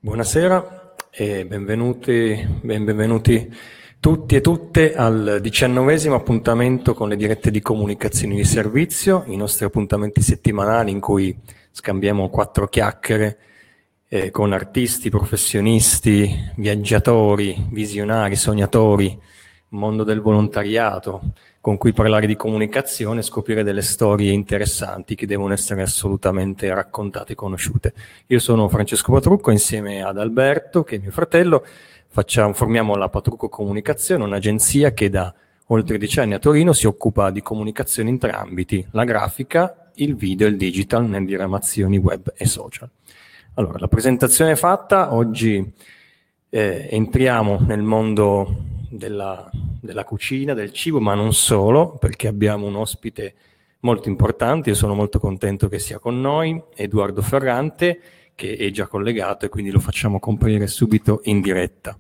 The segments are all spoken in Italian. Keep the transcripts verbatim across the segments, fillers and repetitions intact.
Buonasera e benvenuti, ben- benvenuti tutti e tutte al diciannovesimo appuntamento con le dirette di comunicazioni di servizio, i nostri appuntamenti settimanali in cui scambiamo quattro chiacchiere eh, con artisti, professionisti, viaggiatori, visionari, sognatori, mondo del volontariato, con cui parlare di comunicazione e scoprire delle storie interessanti che devono essere assolutamente raccontate e conosciute. Io sono Francesco Patrucco, insieme ad Alberto, che è mio fratello, facciamo, formiamo la Patrucco Comunicazione, un'agenzia che da oltre dieci anni a Torino si occupa di comunicazione in tre ambiti: la grafica, il video e il digital nelle diramazioni web e social. Allora, la presentazione è fatta, oggi eh, entriamo nel mondo della, della cucina, del cibo, ma non solo, perché abbiamo un ospite molto importante. Io sono molto contento che sia con noi, Edoardo Ferrante, che è già collegato e quindi lo facciamo comparire subito in diretta.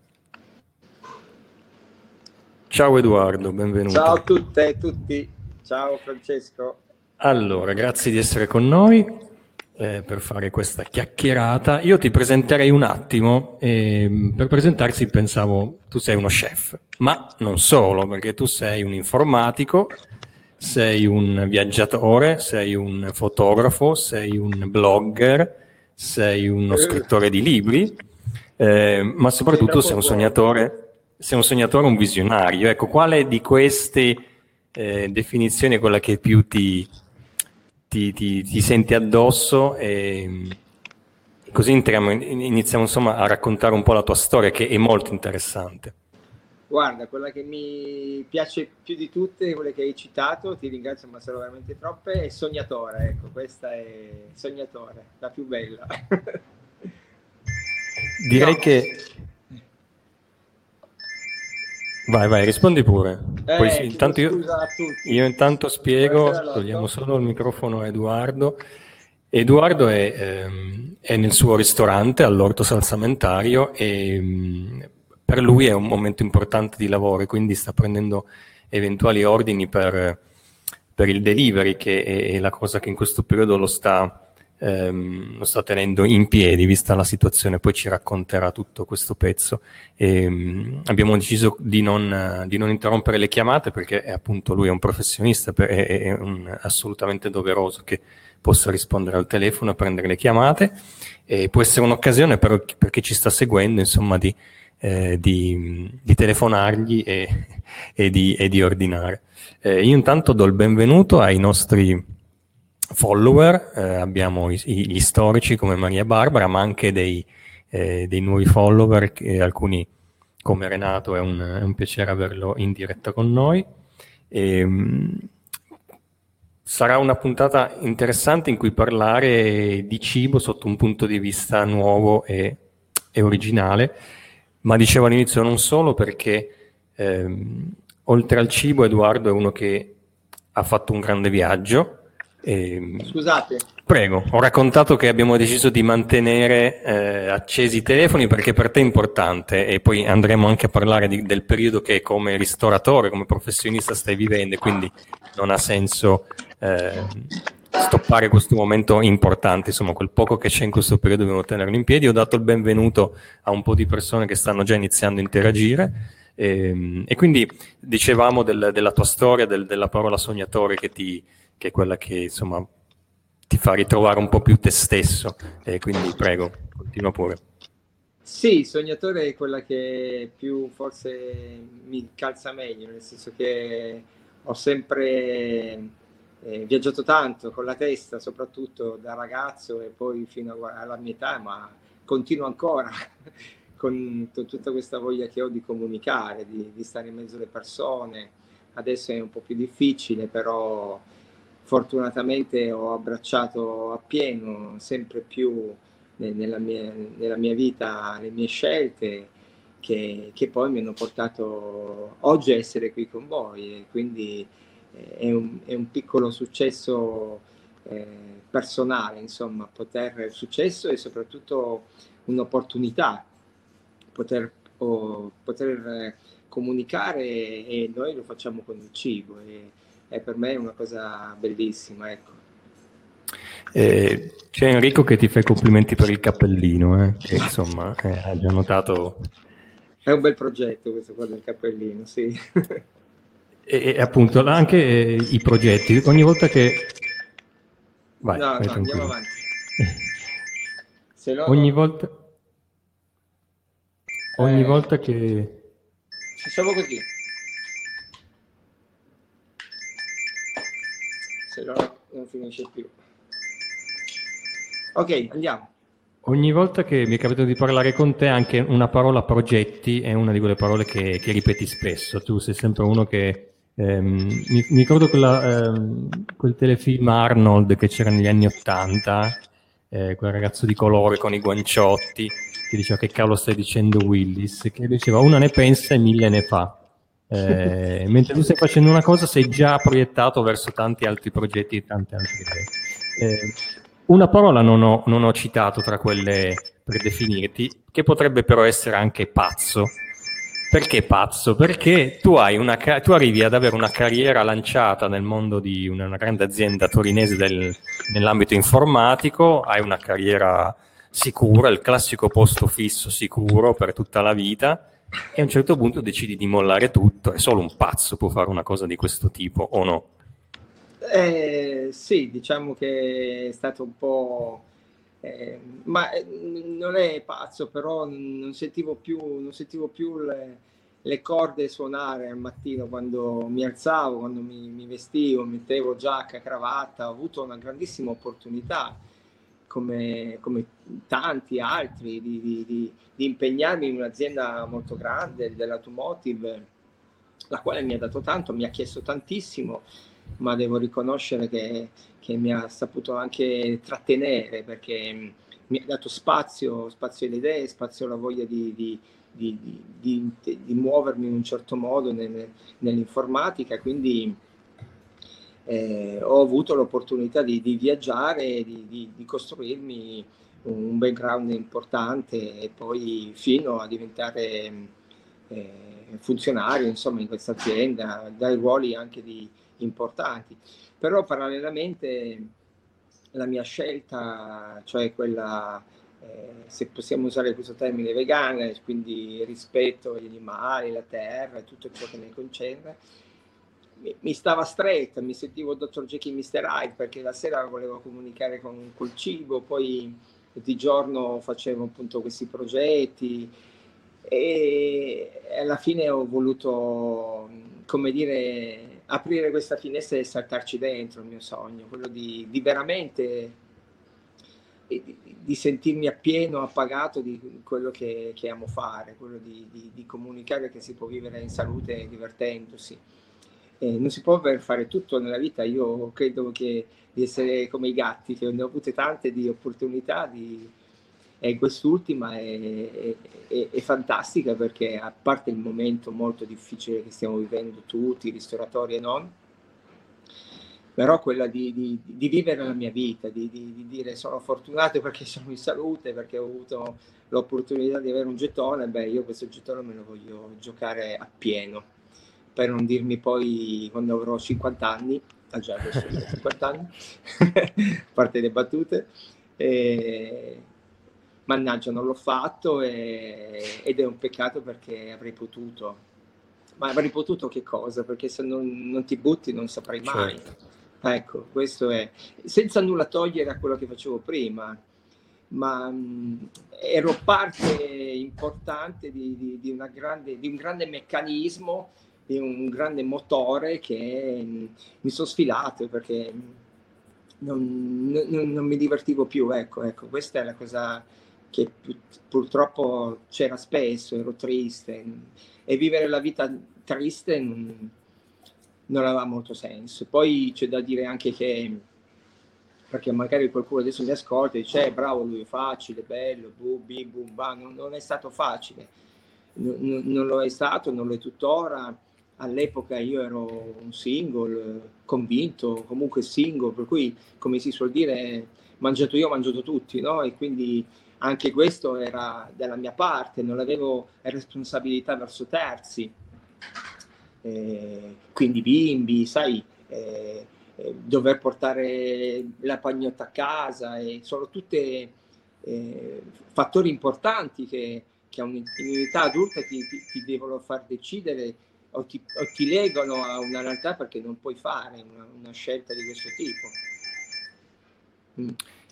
Ciao Edoardo, benvenuto. Ciao a tutte e tutti, ciao Francesco. Allora, grazie di essere con noi eh, per fare questa chiacchierata. Io ti presenterei un attimo, e per presentarsi pensavo tu sei uno chef, ma non solo, perché tu sei un informatico, sei un viaggiatore, sei un fotografo, sei un blogger, sei uno scrittore di libri, eh, ma soprattutto sei un sognatore, sei un sognatore, un visionario. Ecco, quale di queste eh, definizioni è quella che più ti, ti, ti, ti senti addosso? E, e così entriamo, iniziamo insomma a raccontare un po' la tua storia, che è molto interessante. Guarda, quella che mi piace più di tutte, quelle che hai citato, ti ringrazio, ma sono veramente troppe, è Sognatore. Ecco, questa è Sognatore, la più bella. Direi No. che... Vai, vai, rispondi pure. Poi sì, Eh, chiedo intanto io, scusa a tutti. io intanto spiego, Buonasera togliamo Lotto. solo il microfono a Edoardo. Edoardo è, ehm, è nel suo ristorante all'Orto Salsamentario e mh, per lui è un momento importante di lavoro e quindi sta prendendo eventuali ordini per, per il delivery, che è, è la cosa che in questo periodo lo sta, ehm, lo sta tenendo in piedi, vista la situazione. Poi ci racconterà tutto questo pezzo. E, mh, abbiamo deciso di non, di non interrompere le chiamate perché è, appunto lui è un professionista, per, è, è un, assolutamente doveroso che possa rispondere al telefono e prendere le chiamate, e può essere un'occasione per, per chi ci sta seguendo, insomma, di, eh, di, di telefonargli e, e, di, e di ordinare. Eh, io intanto do il benvenuto ai nostri follower, eh, abbiamo i, gli storici come Maria Barbara, ma anche dei, eh, dei nuovi follower, che alcuni come Renato, è un, è un piacere averlo in diretta con noi. E, mh, sarà una puntata interessante in cui parlare di cibo sotto un punto di vista nuovo e, e originale, ma dicevo all'inizio non solo perché ehm, oltre al cibo Edoardo è uno che ha fatto un grande viaggio. E, Scusate. prego, ho raccontato che abbiamo deciso di mantenere eh, accesi i telefoni perché per te è importante, e poi andremo anche a parlare di, del periodo che come ristoratore, come professionista stai vivendo, quindi non ha senso eh, stoppare questo momento importante. Insomma, quel poco che c'è in questo periodo dobbiamo tenerlo in piedi. Ho dato il benvenuto a un po' di persone che stanno già iniziando a interagire. E, e quindi dicevamo del, della tua storia, del, della parola sognatore, che, ti, che è quella che insomma ti fa ritrovare un po' più te stesso, e quindi prego, continua pure. Sì, Sognatore è quella che più forse mi calza meglio, nel senso che ho sempre eh, viaggiato tanto con la testa, soprattutto da ragazzo e poi fino a- alla mia età, ma continuo ancora con, con tutta questa voglia che ho di comunicare, di, di stare in mezzo alle persone. Adesso è un po' più difficile, però fortunatamente ho abbracciato appieno sempre più nella mia, nella mia vita, le mie scelte che, che poi mi hanno portato oggi a essere qui con voi, e quindi eh, è, un, è un piccolo successo eh, personale, insomma, poter successo e soprattutto un'opportunità poter, oh, poter eh, comunicare, e noi lo facciamo con il cibo, e, e per me è una cosa bellissima, ecco. Eh, c'è Enrico che ti fa i complimenti per il cappellino, eh, che insomma eh, ha già notato. È un bel progetto questo qua del cappellino, sì. E, e appunto anche eh, i progetti, ogni volta che... Vai, No, vai no, andiamo tranquillo. avanti. Se no, Ogni non... volta, ogni eh, volta che... facciamo così. Se no non finisce più. Ok, andiamo. Ogni volta che mi è capitato di parlare con te, anche una parola progetti è una di quelle parole che, che ripeti spesso. Tu sei sempre uno che... ehm, mi, mi ricordo quella, ehm, quel telefilm Arnold che c'era negli anni Ottanta, eh, quel ragazzo di colore con i guanciotti, che diceva che cavolo stai dicendo Willis, che diceva una ne pensa e mille ne fa. Eh, mentre tu stai facendo una cosa sei già proiettato verso tanti altri progetti e tante altre idee. Eh, una parola non ho, non ho citato tra quelle per definirti, che potrebbe però essere anche pazzo. Perché pazzo? Perché tu, hai una, tu arrivi ad avere una carriera lanciata nel mondo di una, una grande azienda torinese del, nell'ambito informatico, hai una carriera sicura, il classico posto fisso sicuro per tutta la vita, e a un certo punto decidi di mollare tutto, e solo un pazzo può fare una cosa di questo tipo, o no? Eh, sì, diciamo che è stato un po'... Eh, ma non è pazzo, però non sentivo più, non sentivo più le, le corde suonare al mattino quando mi alzavo, quando mi, mi vestivo, mettevo giacca, cravatta. Ho avuto una grandissima opportunità, come, come tanti altri, di, di, di, di impegnarmi in un'azienda molto grande dell'automotive, la quale mi ha dato tanto, mi ha chiesto tantissimo, ma devo riconoscere che, che mi ha saputo anche trattenere, perché mi ha dato spazio, spazio alle idee, spazio alla voglia di, di, di, di, di, di muovermi in un certo modo nel, nell'informatica, quindi eh, ho avuto l'opportunità di, di viaggiare, di, di, di costruirmi un background importante e poi fino a diventare eh, funzionario, insomma, in questa azienda, dai ruoli anche di importanti. Però parallelamente la mia scelta, cioè quella, eh, se possiamo usare questo termine, vegana, quindi rispetto agli animali, la terra e tutto ciò che ne concerne, mi, mi stava stretta, mi sentivo dottor Jekyll e mister Hyde, perché la sera volevo comunicare con col cibo, poi di giorno facevo appunto questi progetti, e alla fine ho voluto, come dire, aprire questa finestra e saltarci dentro il mio sogno, quello di, di veramente di, di sentirmi appieno, appagato di quello che, che amo fare, quello di, di, di comunicare che si può vivere in salute divertendosi. Eh, non si può fare tutto nella vita. Io credo che di essere come i gatti, che ne ho avute tante di opportunità, di, e quest'ultima è, è, è fantastica, perché a parte il momento molto difficile che stiamo vivendo tutti, ristoratori e non, però quella di, di, di vivere la mia vita, di, di, di dire sono fortunato perché sono in salute, perché ho avuto l'opportunità di avere un gettone, beh, io questo gettone me lo voglio giocare appieno, per non dirmi poi quando avrò cinquanta anni, ah già adesso ho cinquanta anni, a parte le battute, e... mannaggia non l'ho fatto, e... ed è un peccato perché avrei potuto, ma avrei potuto che cosa? Perché se non, non ti butti non saprai mai. Certo. Ecco, questo è, senza nulla togliere a quello che facevo prima, ma mh, ero parte importante di, di, di, una grande, di un grande meccanismo, di un grande motore che mh, mi sono sfilato perché non, non, non mi divertivo più. Ecco, ecco, questa è la cosa che purtroppo c'era spesso, ero triste, e vivere la vita triste non, non aveva molto senso. Poi c'è da dire anche che, perché magari qualcuno adesso mi ascolta e dice eh, bravo lui, è facile, bello, bu, bi, bu, ba. Non, non è stato facile, non, non lo è stato, non lo è tuttora. All'epoca io ero un single, convinto, comunque single, per cui, come si suol dire, mangiato io, ho mangiato tutti, no? E quindi anche questo era dalla mia parte, non avevo responsabilità verso terzi, eh, quindi bimbi, sai, eh, eh, dover portare la pagnotta a casa, e sono tutte eh, fattori importanti che, che a un'età adulta ti, ti, ti devono far decidere o ti, o ti legano a una realtà, perché non puoi fare una, una scelta di questo tipo. Mm.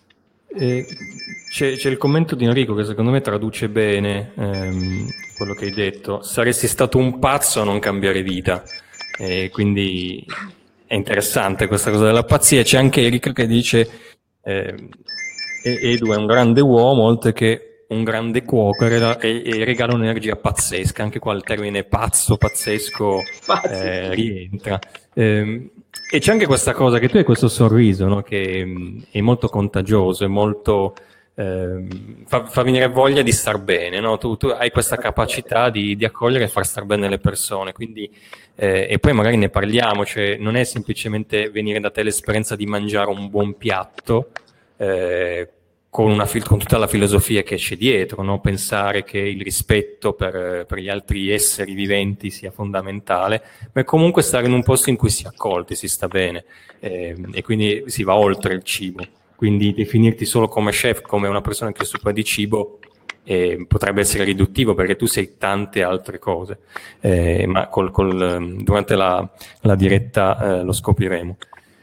Eh, c'è, c'è il commento di Enrico che secondo me traduce bene ehm, quello che hai detto. Saresti stato un pazzo a non cambiare vita. E quindi è interessante questa cosa della pazzia. C'è anche Erika che dice eh, Edu è un grande uomo, oltre che un grande cuoco, e, e regala un'energia pazzesca. Anche qua il termine pazzo, pazzesco eh, rientra. Eh, e c'è anche questa cosa che tu hai questo sorriso, no? Che mh, è molto contagioso, è molto eh, fa, fa venire voglia di star bene, no? Tu, tu hai questa capacità di, di accogliere e far star bene le persone, quindi eh, e poi magari ne parliamo, cioè non è semplicemente venire da te l'esperienza di mangiare un buon piatto eh, con, una, con tutta la filosofia che c'è dietro, no? Pensare che il rispetto per, per gli altri esseri viventi sia fondamentale, ma comunque stare in un posto in cui si è accolti, si sta bene eh, e quindi si va oltre il cibo. Quindi definirti solo come chef, come una persona che si occupa di cibo, eh, potrebbe essere riduttivo, perché tu sei tante altre cose, eh, ma col, col, durante la, la diretta eh, lo scopriremo.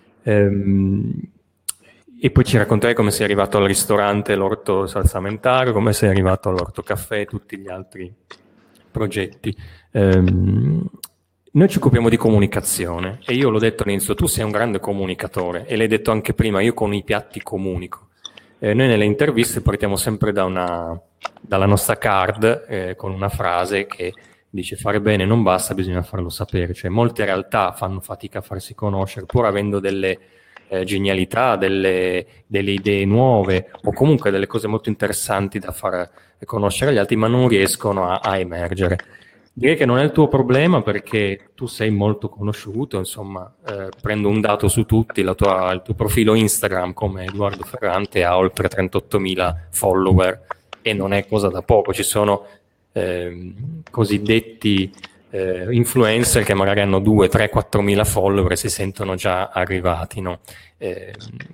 Ehm, e poi ci racconterai come sei arrivato al ristorante L'Orto Salsamentario, come sei arrivato all'Orto Caffè e tutti gli altri progetti. Ehm, noi ci occupiamo di comunicazione e io l'ho detto all'inizio, tu sei un grande comunicatore e l'hai detto anche prima, io con i piatti comunico. Eh, noi nelle interviste partiamo sempre da una, dalla nostra card eh, con una frase che dice fare bene non basta, bisogna farlo sapere. Cioè molte realtà fanno fatica a farsi conoscere pur avendo delle eh, genialità, delle, delle idee nuove o comunque delle cose molto interessanti da far conoscere agli altri, ma non riescono a, a emergere. Direi che non è il tuo problema perché tu sei molto conosciuto, insomma, eh, prendo un dato su tutti, la tua, il tuo profilo Instagram come Edoardo Ferrante ha oltre trentottomila follower e non è cosa da poco, ci sono eh, cosiddetti eh, influencer che magari hanno due, tre, quattromila follower e si sentono già arrivati, no? Eh,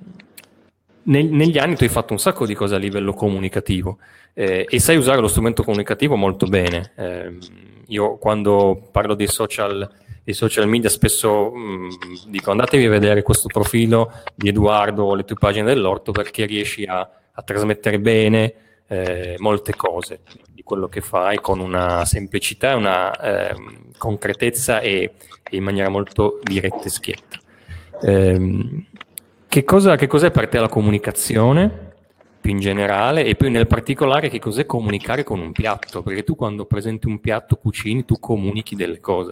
neg- negli anni tu hai fatto un sacco di cose a livello comunicativo eh, e sai usare lo strumento comunicativo molto bene. Eh, io quando parlo dei social, dei social media spesso mh, dico andatevi a vedere questo profilo di Edoardo o le tue pagine dell'Orto perché riesci a, a trasmettere bene eh, molte cose di quello che fai con una semplicità, una eh, concretezza e, e in maniera molto diretta e schietta. Eh, che, cosa, che cos'è per te la comunicazione? Più in generale e poi nel particolare che cos'è comunicare con un piatto, perché tu quando presenti un piatto cucini tu comunichi delle cose.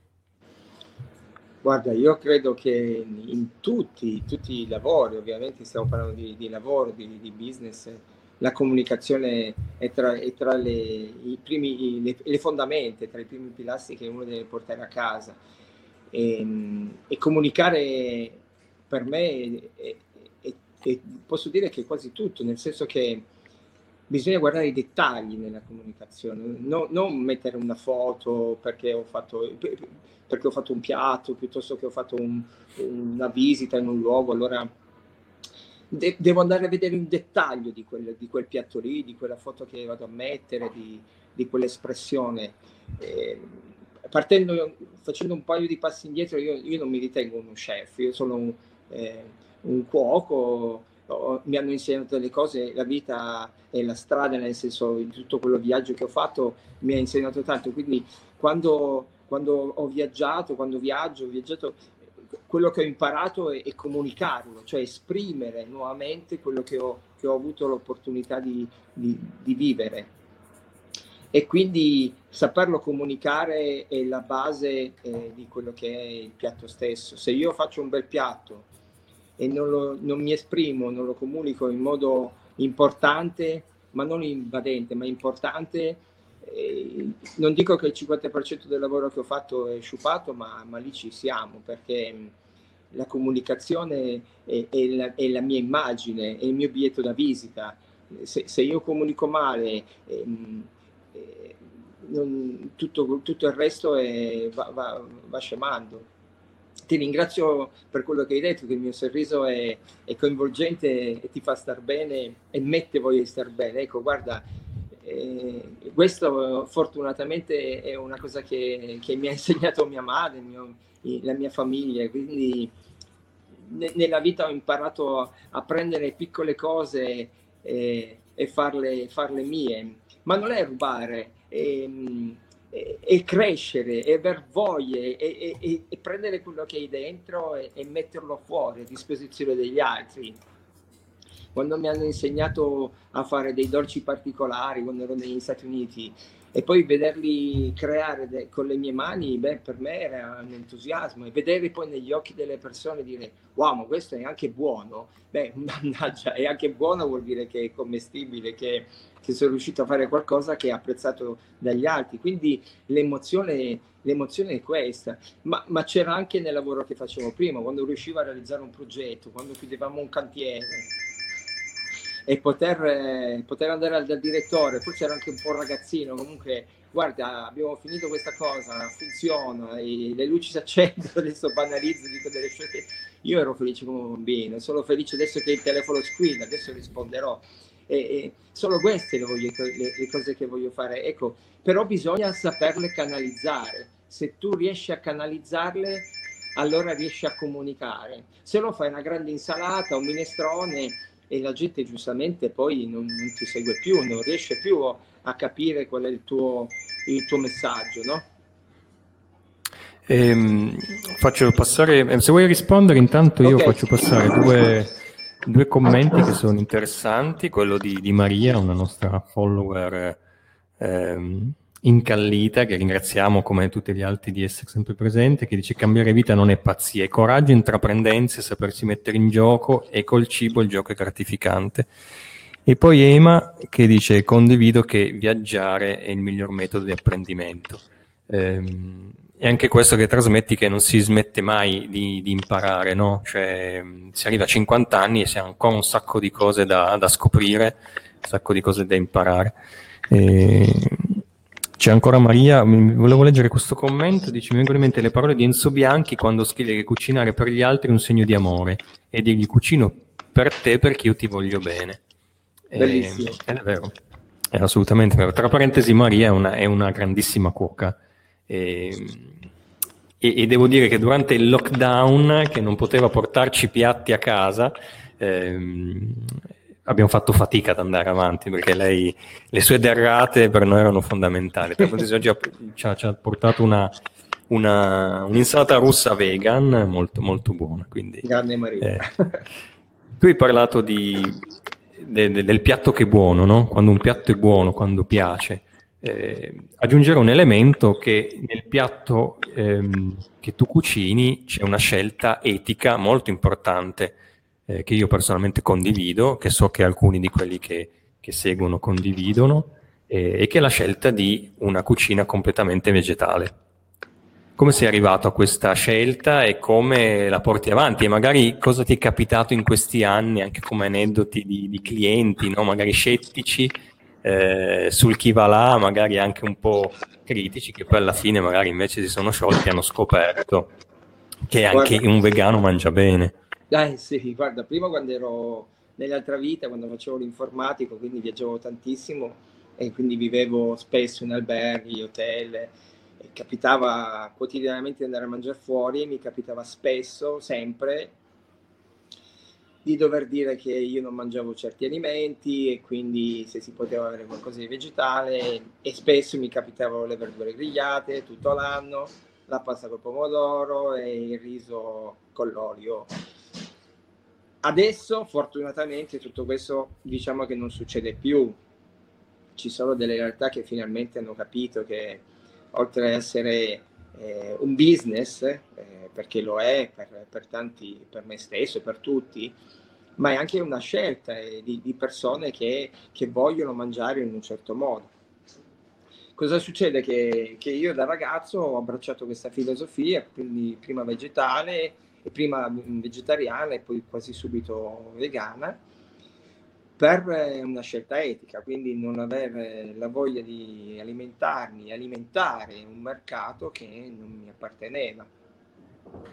Guarda, io credo che in tutti, tutti i lavori, ovviamente stiamo parlando di, di lavoro, di, di business, la comunicazione è tra, è tra le, i primi, le, le fondamenta, tra i primi pilastri che uno deve portare a casa. E, e comunicare per me è, è, è, posso dire che è quasi tutto, nel senso che bisogna guardare i dettagli nella comunicazione, no, non mettere una foto perché ho fatto, perché ho fatto un piatto, piuttosto che ho fatto un, una visita in un luogo, allora de- devo andare a vedere un dettaglio di quel, di quel piatto lì, di quella foto che vado a mettere, di, di quell'espressione. Eh, partendo, facendo un paio di passi indietro, io, io non mi ritengo uno chef, io sono un, eh, un cuoco. Oh, mi hanno insegnato delle cose, la vita e la strada, nel senso in tutto quello viaggio che ho fatto mi ha insegnato tanto, quindi quando, quando ho viaggiato, quando viaggio, ho viaggiato, quello che ho imparato è, è comunicarlo, cioè esprimere nuovamente quello che ho, che ho avuto l'opportunità di, di, di vivere, e quindi saperlo comunicare è la base eh, di quello che è il piatto stesso. Se io faccio un bel piatto e non, lo, non mi esprimo, non lo comunico in modo importante, ma non invadente, ma importante, eh, non dico che il cinquanta per cento del lavoro che ho fatto è sciupato, ma, ma lì ci siamo, perché la comunicazione è, è, la, è la mia immagine, è il mio biglietto da visita. Se, se io comunico male, ehm, eh, non, tutto, tutto il resto è, va, va, va scemando. ti ringrazio per quello che hai detto, che il mio sorriso è, è coinvolgente e ti fa star bene e mette voglia di star bene. Ecco, guarda, eh, questo fortunatamente è una cosa che, che mi ha insegnato mia madre, mio, la mia famiglia, quindi ne, nella vita ho imparato a, a prendere piccole cose e, e farle, farle mie, ma non è rubare, è, è, è crescere, è aver voglia, è, è, è, è prendere quello che hai dentro e, e metterlo fuori a disposizione degli altri. Quando mi hanno insegnato a fare dei dolci particolari, quando ero negli Stati Uniti, e poi vederli creare de- con le mie mani, beh, per me era un entusiasmo, e vedere poi negli occhi delle persone dire wow, ma questo è anche buono, beh, mannaggia, è anche buono, vuol dire che è commestibile, che, che sono riuscito a fare qualcosa che è apprezzato dagli altri, quindi l'emozione, l'emozione è questa, ma, ma c'era anche nel lavoro che facevo prima, quando riuscivo a realizzare un progetto, quando chiudevamo un cantiere, e poter, eh, poter andare dal direttore, forse era anche un po' ragazzino, comunque guarda, abbiamo finito questa cosa, funziona, le luci si accendono, adesso banalizzo, dico delle scelte. Io ero felice come un bambino, sono felice adesso che il telefono squilla, adesso risponderò. E, e solo queste le, voglio, le, le cose che voglio fare, ecco, però bisogna saperle canalizzare. Se tu riesci a canalizzarle, allora riesci a comunicare. Se lo fai una grande insalata, un minestrone, e la gente giustamente poi non, non ti segue più, non riesce più a capire qual è il tuo, il tuo messaggio, no? Ehm, faccio passare, se vuoi rispondere intanto io Okay. faccio passare due, due commenti che sono interessanti, quello di, di Maria, una nostra follower ehm, incallita, che ringraziamo come tutti gli altri di essere sempre presente, che dice: cambiare vita non è pazzia, è coraggio, intraprendenza, sapersi mettere in gioco, e col cibo il gioco è gratificante. E poi Ema che dice: condivido che viaggiare è il miglior metodo di apprendimento. Ehm, e anche questo che trasmetti, che non si smette mai di, di imparare, no? Cioè, si arriva a cinquanta anni e si ha ancora un sacco di cose da, da scoprire, un sacco di cose da imparare. E c'è ancora Maria, volevo leggere questo commento, dice: mi vengono in mente le parole di Enzo Bianchi quando scrive che cucinare per gli altri è un segno di amore, e dirgli: cucino per te perché io ti voglio bene. Bellissimo. E, ed è vero, è assolutamente vero. Tra parentesi, Maria è una, è una grandissima cuoca. E, e, e devo dire che durante il lockdown, che non poteva portarci piatti a casa, ehm, abbiamo fatto fatica ad andare avanti, perché lei, le sue derrate per noi erano fondamentali. Per esempio, oggi ha, ci, ha, ci ha portato una, una, un'insalata russa vegan molto, molto buona. Quindi, Grande Maria. eh, tu hai parlato di, de, de, del piatto che è buono, no? Quando un piatto è buono, quando piace. Eh, aggiungere un elemento, che nel piatto ehm, che tu cucini c'è una scelta etica molto importante, eh, che io personalmente condivido, che so che alcuni di quelli che, che seguono condividono, eh, e che è la scelta di una cucina completamente vegetale. Come sei arrivato a questa scelta e come la porti avanti? E magari cosa ti è capitato in questi anni, anche come aneddoti di, di clienti, no? Magari scettici eh, sul chi va là, magari anche un po' critici, che poi alla fine magari invece si sono sciolti e hanno scoperto che anche Guarda, un vegano mangia bene. eh sì, guarda, prima quando ero nell'altra vita, quando facevo l'informatico, quindi viaggiavo tantissimo e quindi vivevo spesso in alberghi, hotel, e capitava quotidianamente di andare a mangiare fuori, e mi capitava spesso, sempre, di dover dire che io non mangiavo certi alimenti e quindi se si poteva avere qualcosa di vegetale, e spesso mi capitavano le verdure grigliate tutto l'anno, la pasta col pomodoro e il riso con l'olio. Adesso fortunatamente tutto questo diciamo che non succede più, ci sono delle realtà che finalmente hanno capito che oltre ad essere eh, un business, eh, perché lo è per, per tanti, per me stesso e per tutti, ma è anche una scelta eh, di, di persone che, che vogliono mangiare in un certo modo. Cosa succede? Che, che io da ragazzo ho abbracciato questa filosofia, quindi prima vegetale, e prima vegetariana e poi quasi subito vegana, per una scelta etica, quindi non avere la voglia di alimentarmi, alimentare un mercato che non mi apparteneva.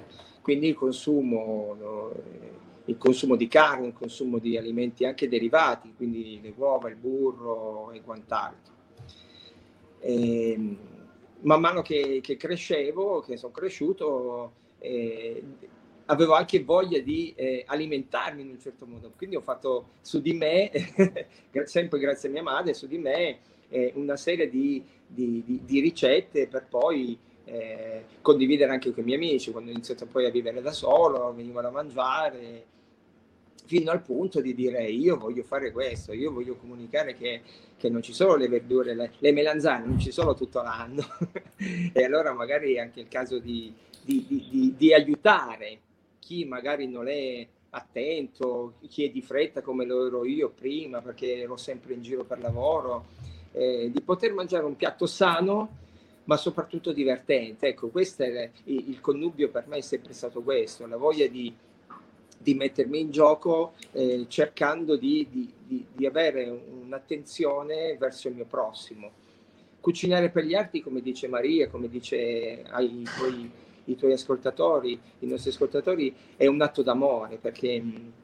quindi il consumo, no, il consumo di carne, il consumo di alimenti anche derivati, quindi le uova, il burro e quant'altro. E, man mano che, che crescevo, che sono cresciuto, eh, avevo anche voglia di eh, alimentarmi in un certo modo, quindi ho fatto su di me, sempre grazie a mia madre, su di me eh, una serie di, di, di, di ricette per poi eh, condividere anche con i miei amici. Quando ho iniziato poi a vivere da solo, venivano a mangiare, fino al punto di dire io voglio fare questo, io voglio comunicare che, che non ci sono le verdure, le, le melanzane non ci sono tutto l'anno e allora magari è anche il caso di, di, di, di, di aiutare chi magari non è attento, chi è di fretta come lo ero io prima perché ero sempre in giro per lavoro, eh, di poter mangiare un piatto sano ma soprattutto divertente. Ecco, questo è il, il connubio per me è sempre stato questo, la voglia di di mettermi in gioco eh, cercando di, di, di, di avere un'attenzione verso il mio prossimo. Cucinare per gli altri, come dice Maria, come dice ai tuoi, i tuoi ascoltatori, i nostri ascoltatori, è un atto d'amore, perché mh,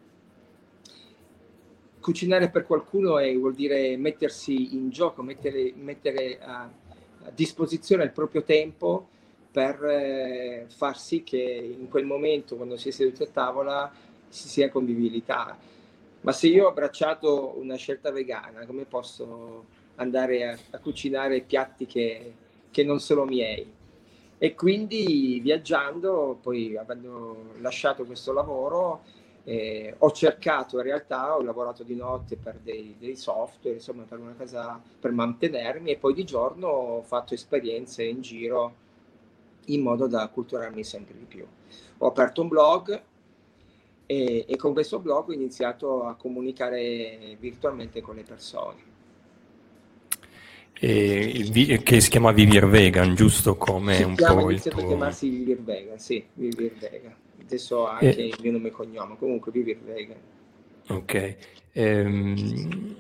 cucinare per qualcuno è, vuol dire mettersi in gioco, mettere, mettere a, a disposizione il proprio tempo per eh, far sì che in quel momento, quando si è seduti a tavola, ci sia convivialità. Ma se io ho abbracciato una scelta vegana, come posso andare a, a cucinare piatti che, che non sono miei? E quindi viaggiando, poi avendo lasciato questo lavoro, eh, ho cercato, in realtà ho lavorato di notte per dei, dei software, insomma per una casa, per mantenermi, e poi di giorno ho fatto esperienze in giro in modo da acculturarmi sempre di più. Ho aperto un blog e, e con questo blog ho iniziato a comunicare virtualmente con le persone. E il vi- che si chiama Vivir Vegan, giusto? Come Si un chiama, po' il iniziato a tuo... chiamarsi Vivir Vegan, sì, Vivir Vegan. Adesso ha anche E... il mio nome e cognome, comunque Vivir Vegan. Ok. Ehm,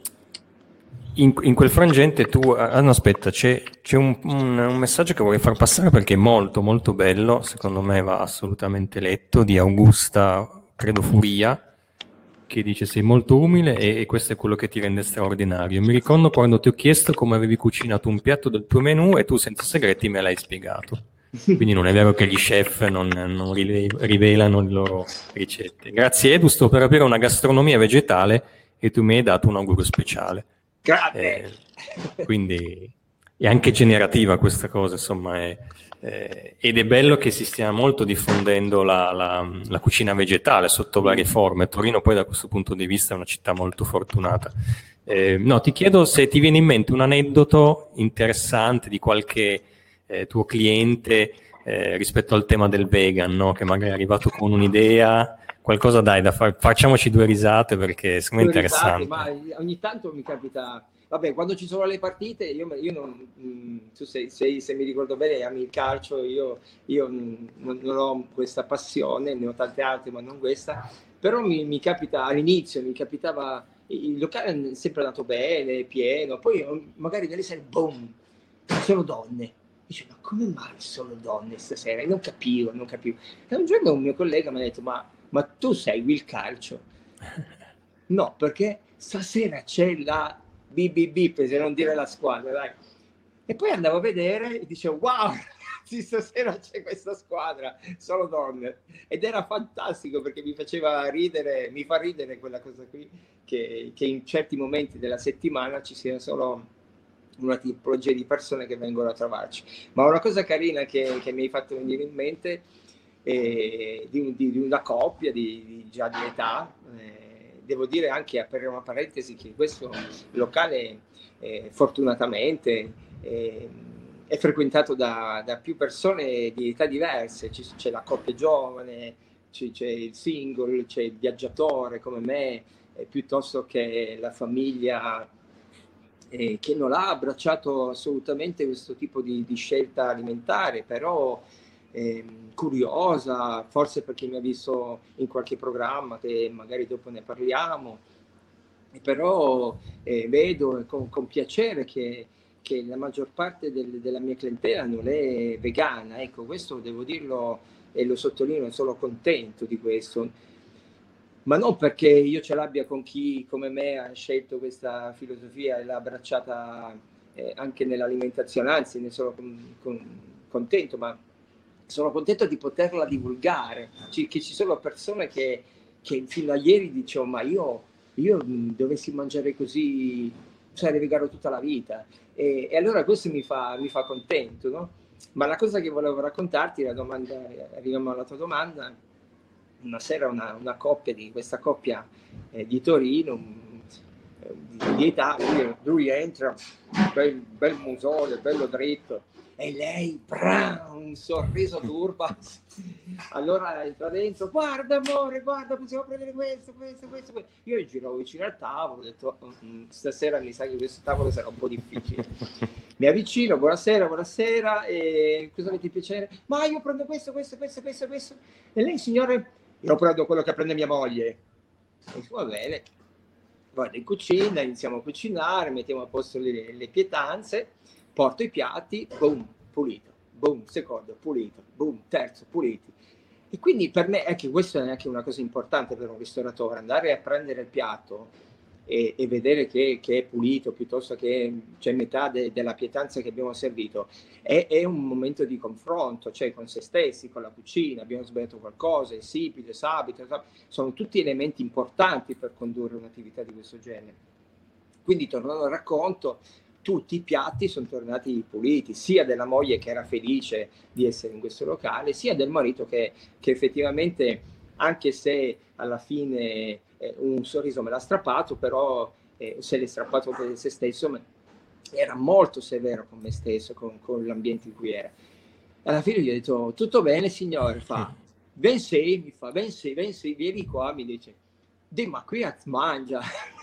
In, in quel frangente tu... Ah no, aspetta, c'è, c'è un, un, un messaggio che vorrei far passare perché è molto molto bello, secondo me va assolutamente letto, di Augusta, credo Furia, che dice sei molto umile e, e questo è quello che ti rende straordinario. Mi ricordo quando ti ho chiesto come avevi cucinato un piatto del tuo menù e tu senza segreti me l'hai spiegato. Quindi non è vero che gli chef non, non rile- rivelano le loro ricette. Grazie Edu, sto per aprire una gastronomia vegetale e tu mi hai dato un augurio speciale. Eh, quindi è anche generativa questa cosa, insomma, è, eh, ed è bello che si stia molto diffondendo la, la, la cucina vegetale sotto varie forme. Torino poi da questo punto di vista è una città molto fortunata. Eh, no, ti chiedo se ti viene in mente un aneddoto interessante di qualche eh, tuo cliente eh, rispetto al tema del vegan, no? Che magari è arrivato con un'idea, qualcosa dai, da far, facciamoci due risate perché secondo me è interessante. Ma ogni tanto mi capita, vabbè, quando ci sono le partite, io, io non, mh, tu sei, sei, se mi ricordo bene, ami il calcio, io, io mh, non, non ho questa passione, ne ho tante altre, ma non questa, però mi, mi capita, all'inizio mi capitava, il locale è sempre andato bene, pieno, poi magari nelle sere, boom, solo donne. Dice, ma come mai solo donne stasera? E non capivo, non capivo. E un giorno un mio collega mi ha detto, ma, ma tu segui il calcio? No, perché stasera c'è la B B B, per non dire la squadra, dai. E poi andavo a vedere e dicevo, wow, ragazzi, stasera c'è questa squadra, solo donne. Ed era fantastico perché mi faceva ridere, mi fa ridere quella cosa qui, che, che in certi momenti della settimana ci sia solo una tipologia di persone che vengono a trovarci. Ma una cosa carina che, che mi hai fatto venire in mente è di, di, di una coppia di, di già di età, eh, devo dire anche, aprire una parentesi, che questo locale eh, fortunatamente eh, è frequentato da, da più persone di età diverse, c'è, c'è la coppia giovane, c'è, c'è il single, c'è il viaggiatore come me, eh, piuttosto che la famiglia Eh, che non ha abbracciato assolutamente questo tipo di, di scelta alimentare, però eh, curiosa, forse perché mi ha visto in qualche programma, che magari dopo ne parliamo, però eh, vedo con, con piacere che, che la maggior parte del, della mia clientela non è vegana. Ecco, questo devo dirlo e lo sottolineo, sono contento di questo, ma non perché io ce l'abbia con chi come me ha scelto questa filosofia e l'ha abbracciata eh, anche nell'alimentazione, anzi ne sono con, con, contento, ma sono contento di poterla divulgare, C- che ci sono persone che, che fino a ieri dicevano ma io, io dovessi mangiare così sarei vegano tutta la vita, e, e allora questo mi fa, mi fa contento, no? Ma la cosa che volevo raccontarti, la domanda, arriviamo alla tua domanda, una sera una, una coppia di questa coppia eh, di Torino, um, di, di età, lui, lui entra, bel, bel musone, bello dritto, e lei, bra, un sorriso turba. Allora entra dentro, guarda amore, guarda, possiamo prendere questo, questo, questo, questo. Io giro vicino al tavolo, ho detto, stasera mi sa che questo tavolo sarà un po' difficile. Mi avvicino, buonasera, buonasera, e cosa avete piacere? Ma io prendo questo, questo, questo, questo, questo. E lei, signore, io prendo quello che prende mia moglie. E dico, va bene. Vado in cucina, iniziamo a cucinare, mettiamo a posto le, le pietanze, porto i piatti, boom, pulito, boom, secondo, pulito, boom, terzo, puliti. E quindi per me, ecco, questo è anche una cosa importante per un ristoratore, andare a prendere il piatto e, e vedere che, che è pulito, piuttosto che c'è metà de, della pietanza che abbiamo servito. È, è un momento di confronto, cioè con se stessi, con la cucina, abbiamo sbagliato qualcosa, è sibile, sabito, sono tutti elementi importanti per condurre un'attività di questo genere. Quindi, tornando al racconto, tutti i piatti sono tornati puliti, sia della moglie che era felice di essere in questo locale, sia del marito che, che effettivamente, anche se alla fine eh, un sorriso me l'ha strappato, però eh, se l'è strappato per se stesso, ma era molto severo con me stesso, con, con l'ambiente in cui era. Alla fine gli ho detto, tutto bene signore? Fa, ben sei, mi fa, ben sei, ben sei, vieni qua, mi dice, di ma qui si mangia,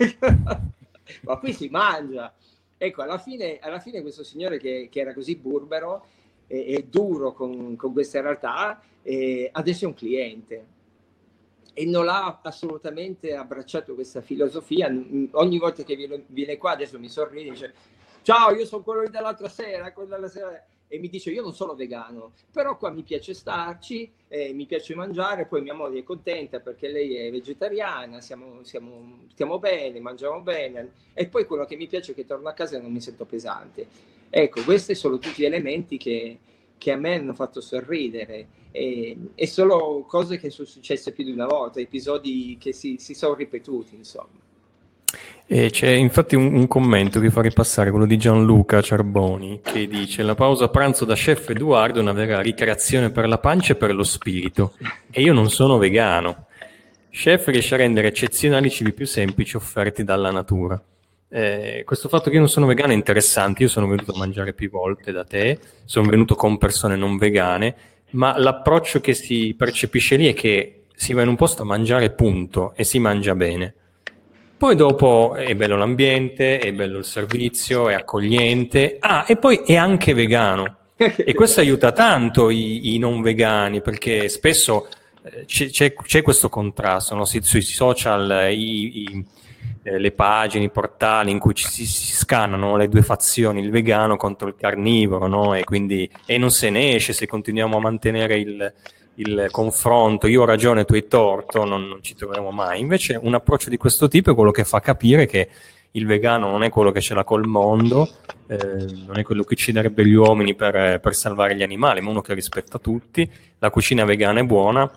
ma qui si mangia. Ecco, alla fine, alla fine questo signore che, che era così burbero e, e duro con, con questa realtà, eh, adesso è un cliente e non ha assolutamente abbracciato questa filosofia. Ogni volta che viene, viene qua adesso mi sorride e dice ciao, io sono quello dell'altra sera, quello della sera, e mi dice io non sono vegano, però qua mi piace starci, eh, mi piace mangiare, poi mia moglie è contenta perché lei è vegetariana, siamo, siamo, stiamo bene, mangiamo bene, e poi quello che mi piace è che torno a casa e non mi sento pesante. Ecco, questi sono tutti elementi che, che a me hanno fatto sorridere, e, e sono cose che sono successe più di una volta, episodi che si, si sono ripetuti, insomma. E c'è infatti un, un commento che farei passare, quello di Gianluca Ciarboni, che dice la pausa pranzo da chef Edoardo è una vera ricreazione per la pancia e per lo spirito, e io non sono vegano. Chef riesce a rendere eccezionali i cibi più semplici offerti dalla natura. Eh, questo fatto che io non sono vegano è interessante. Io sono venuto a mangiare più volte da te, sono venuto con persone non vegane, ma l'approccio che si percepisce lì è che si va in un posto a mangiare punto e si mangia bene. Poi dopo è bello l'ambiente, è bello il servizio, è accogliente, ah, e poi è anche vegano. E questo aiuta tanto i, i non vegani, perché spesso eh, c'è, c'è, c'è questo contrasto, no? Si, sui social, i, i, eh, le pagine, i portali in cui ci, si, si scannano le due fazioni, il vegano contro il carnivoro, no? E quindi e non se ne esce se continuiamo a mantenere il... il confronto, io ho ragione, tu hai torto, non, non ci troveremo mai. Invece un approccio di questo tipo è quello che fa capire che il vegano non è quello che ce l'ha col mondo, eh, non è quello che ucciderebbe gli uomini per, per salvare gli animali, ma uno che rispetta tutti. La cucina vegana è buona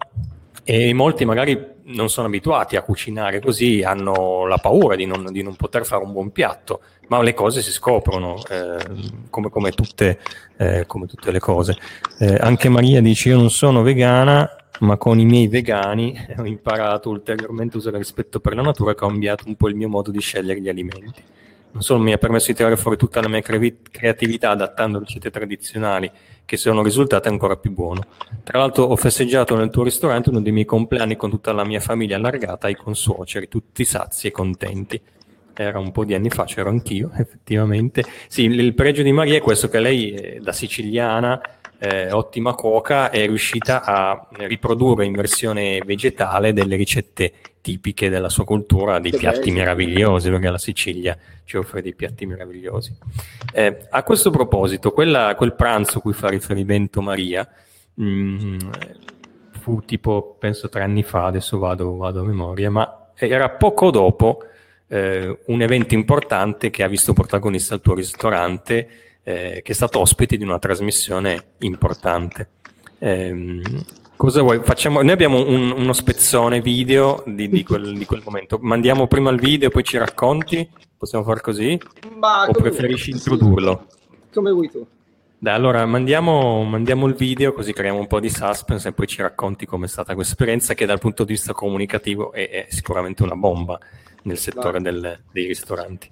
e molti magari non sono abituati a cucinare così, hanno la paura di non, di non poter fare un buon piatto, ma le cose si scoprono, eh, come, come, tutte, eh, come tutte le cose. Eh, anche Maria dice: io non sono vegana, ma con i miei vegani ho imparato ulteriormente a usare rispetto per la natura, che ha cambiato un po' il mio modo di scegliere gli alimenti. Non solo mi ha permesso di tirare fuori tutta la mia cre- creatività adattando ricette tradizionali, che sono risultate ancora più buone. Tra l'altro ho festeggiato nel tuo ristorante uno dei miei compleanni con tutta la mia famiglia allargata e i consuoceri, tutti sazi e contenti. Era un po' di anni fa, c'ero anch'io, effettivamente. Sì, il, il pregio di Maria è questo, che lei, eh, da siciliana, eh, ottima cuoca, è riuscita a riprodurre in versione vegetale delle ricette tipiche della sua cultura, dei piatti meravigliosi, perché la Sicilia ci offre dei piatti meravigliosi. Eh, a questo proposito, quella, quel pranzo a cui fa riferimento Maria, mh, fu tipo, penso tre anni fa, adesso vado, vado a memoria, ma era poco dopo eh, un evento importante che ha visto protagonista il tuo ristorante, eh, che è stato ospite di una trasmissione importante. Eh, cosa vuoi? Facciamo, noi abbiamo un, uno spezzone video di, di, quel, di quel momento. Mandiamo prima il video e poi ci racconti? Possiamo far così? Ma o preferisci introdurlo? Come vuoi tu. Dai, allora mandiamo, mandiamo il video così creiamo un po' di suspense e poi ci racconti com'è stata questa esperienza che dal punto di vista comunicativo è, è sicuramente una bomba nel settore del, dei ristoranti.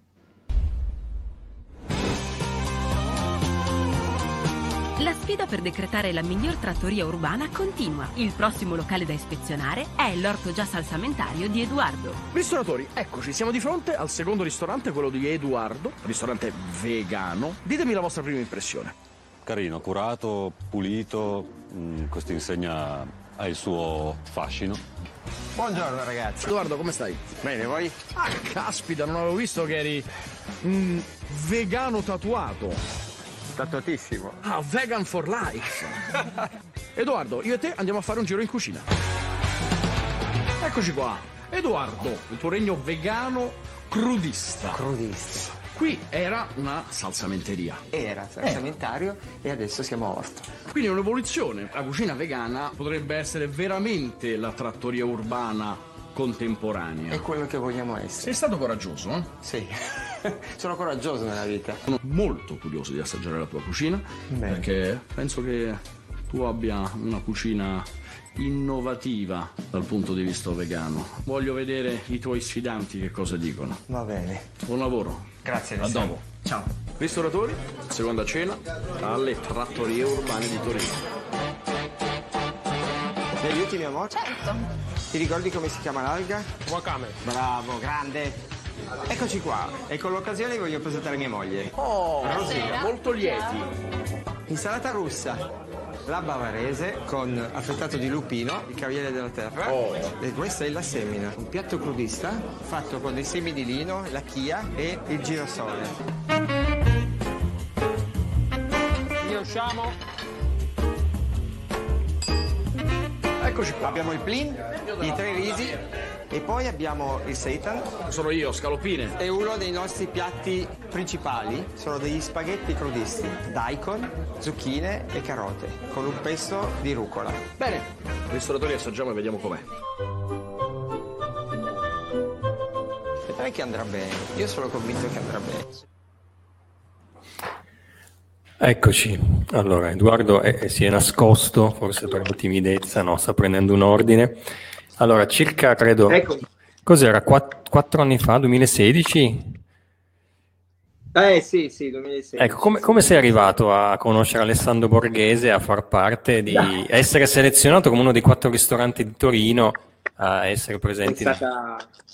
La sfida per decretare la miglior trattoria urbana continua. Il prossimo locale da ispezionare è l'Orto Già Salsamentario di Edoardo. Ristoratori, eccoci, siamo di fronte al secondo ristorante, quello di Edoardo, ristorante vegano. Ditemi la vostra prima impressione. Carino, curato, pulito, questa insegna ha il suo fascino. Buongiorno ragazzi. Edoardo, come stai? Bene, voi? Ah, caspita, non avevo visto che eri un vegano tatuato. Tatuatissimo. Ah, vegan for life. Edoardo, io e te andiamo a fare un giro in cucina. Eccoci qua. Edoardo, il tuo regno vegano crudista. Crudista. Qui era una salsamenteria. Era salsamentario e adesso siamo a Orto. Quindi è un'evoluzione. La cucina vegana potrebbe essere veramente la trattoria urbana contemporanea. È quello che vogliamo essere. Sei stato coraggioso, eh? Sì. Sono coraggioso nella vita. Sono molto curioso di assaggiare la tua cucina. Bene. Perché penso che tu abbia una cucina innovativa dal punto di vista vegano. Voglio vedere i tuoi sfidanti che cosa dicono. Va bene. Buon lavoro. Grazie. A dopo. Ciao. Ristoratori, seconda cena alle trattorie urbane di Torino. Mi aiuti, mio amore? Certo. Ti ricordi come si chiama l'alga? Wakame. Bravo, grande. Eccoci qua. E con l'occasione voglio presentare mia moglie. Oh, Buonasera. molto lieti. Insalata russa. La bavarese con affettato di lupino, il cavaliere della terra. Oh. E questa è la semina. Un piatto crudista fatto con dei semi di lino, la chia e il girasole. Io usciamo. Eccoci qua. Abbiamo il plin, i tre risi e poi abbiamo il seitan. Sono io, scaloppine. È uno dei nostri piatti principali, sono degli spaghetti crudisti, daikon, zucchine e carote, con un pesto di rucola. Bene, ristoratori, assaggiamo e vediamo com'è. Vedrai che andrà bene, io sono convinto che andrà bene. Eccoci, allora Edoardo è, si è nascosto, forse per la timidezza, no, sta prendendo un ordine. Allora, circa, credo, Ecco. cos'era, quatt- quattro anni fa, duemilasedici? Eh sì, sì, duemilasei. Ecco, come, come sei arrivato a conoscere Alessandro Borghese, a far parte di, a essere selezionato come uno dei quattro ristoranti di Torino, a essere È presenti? stata...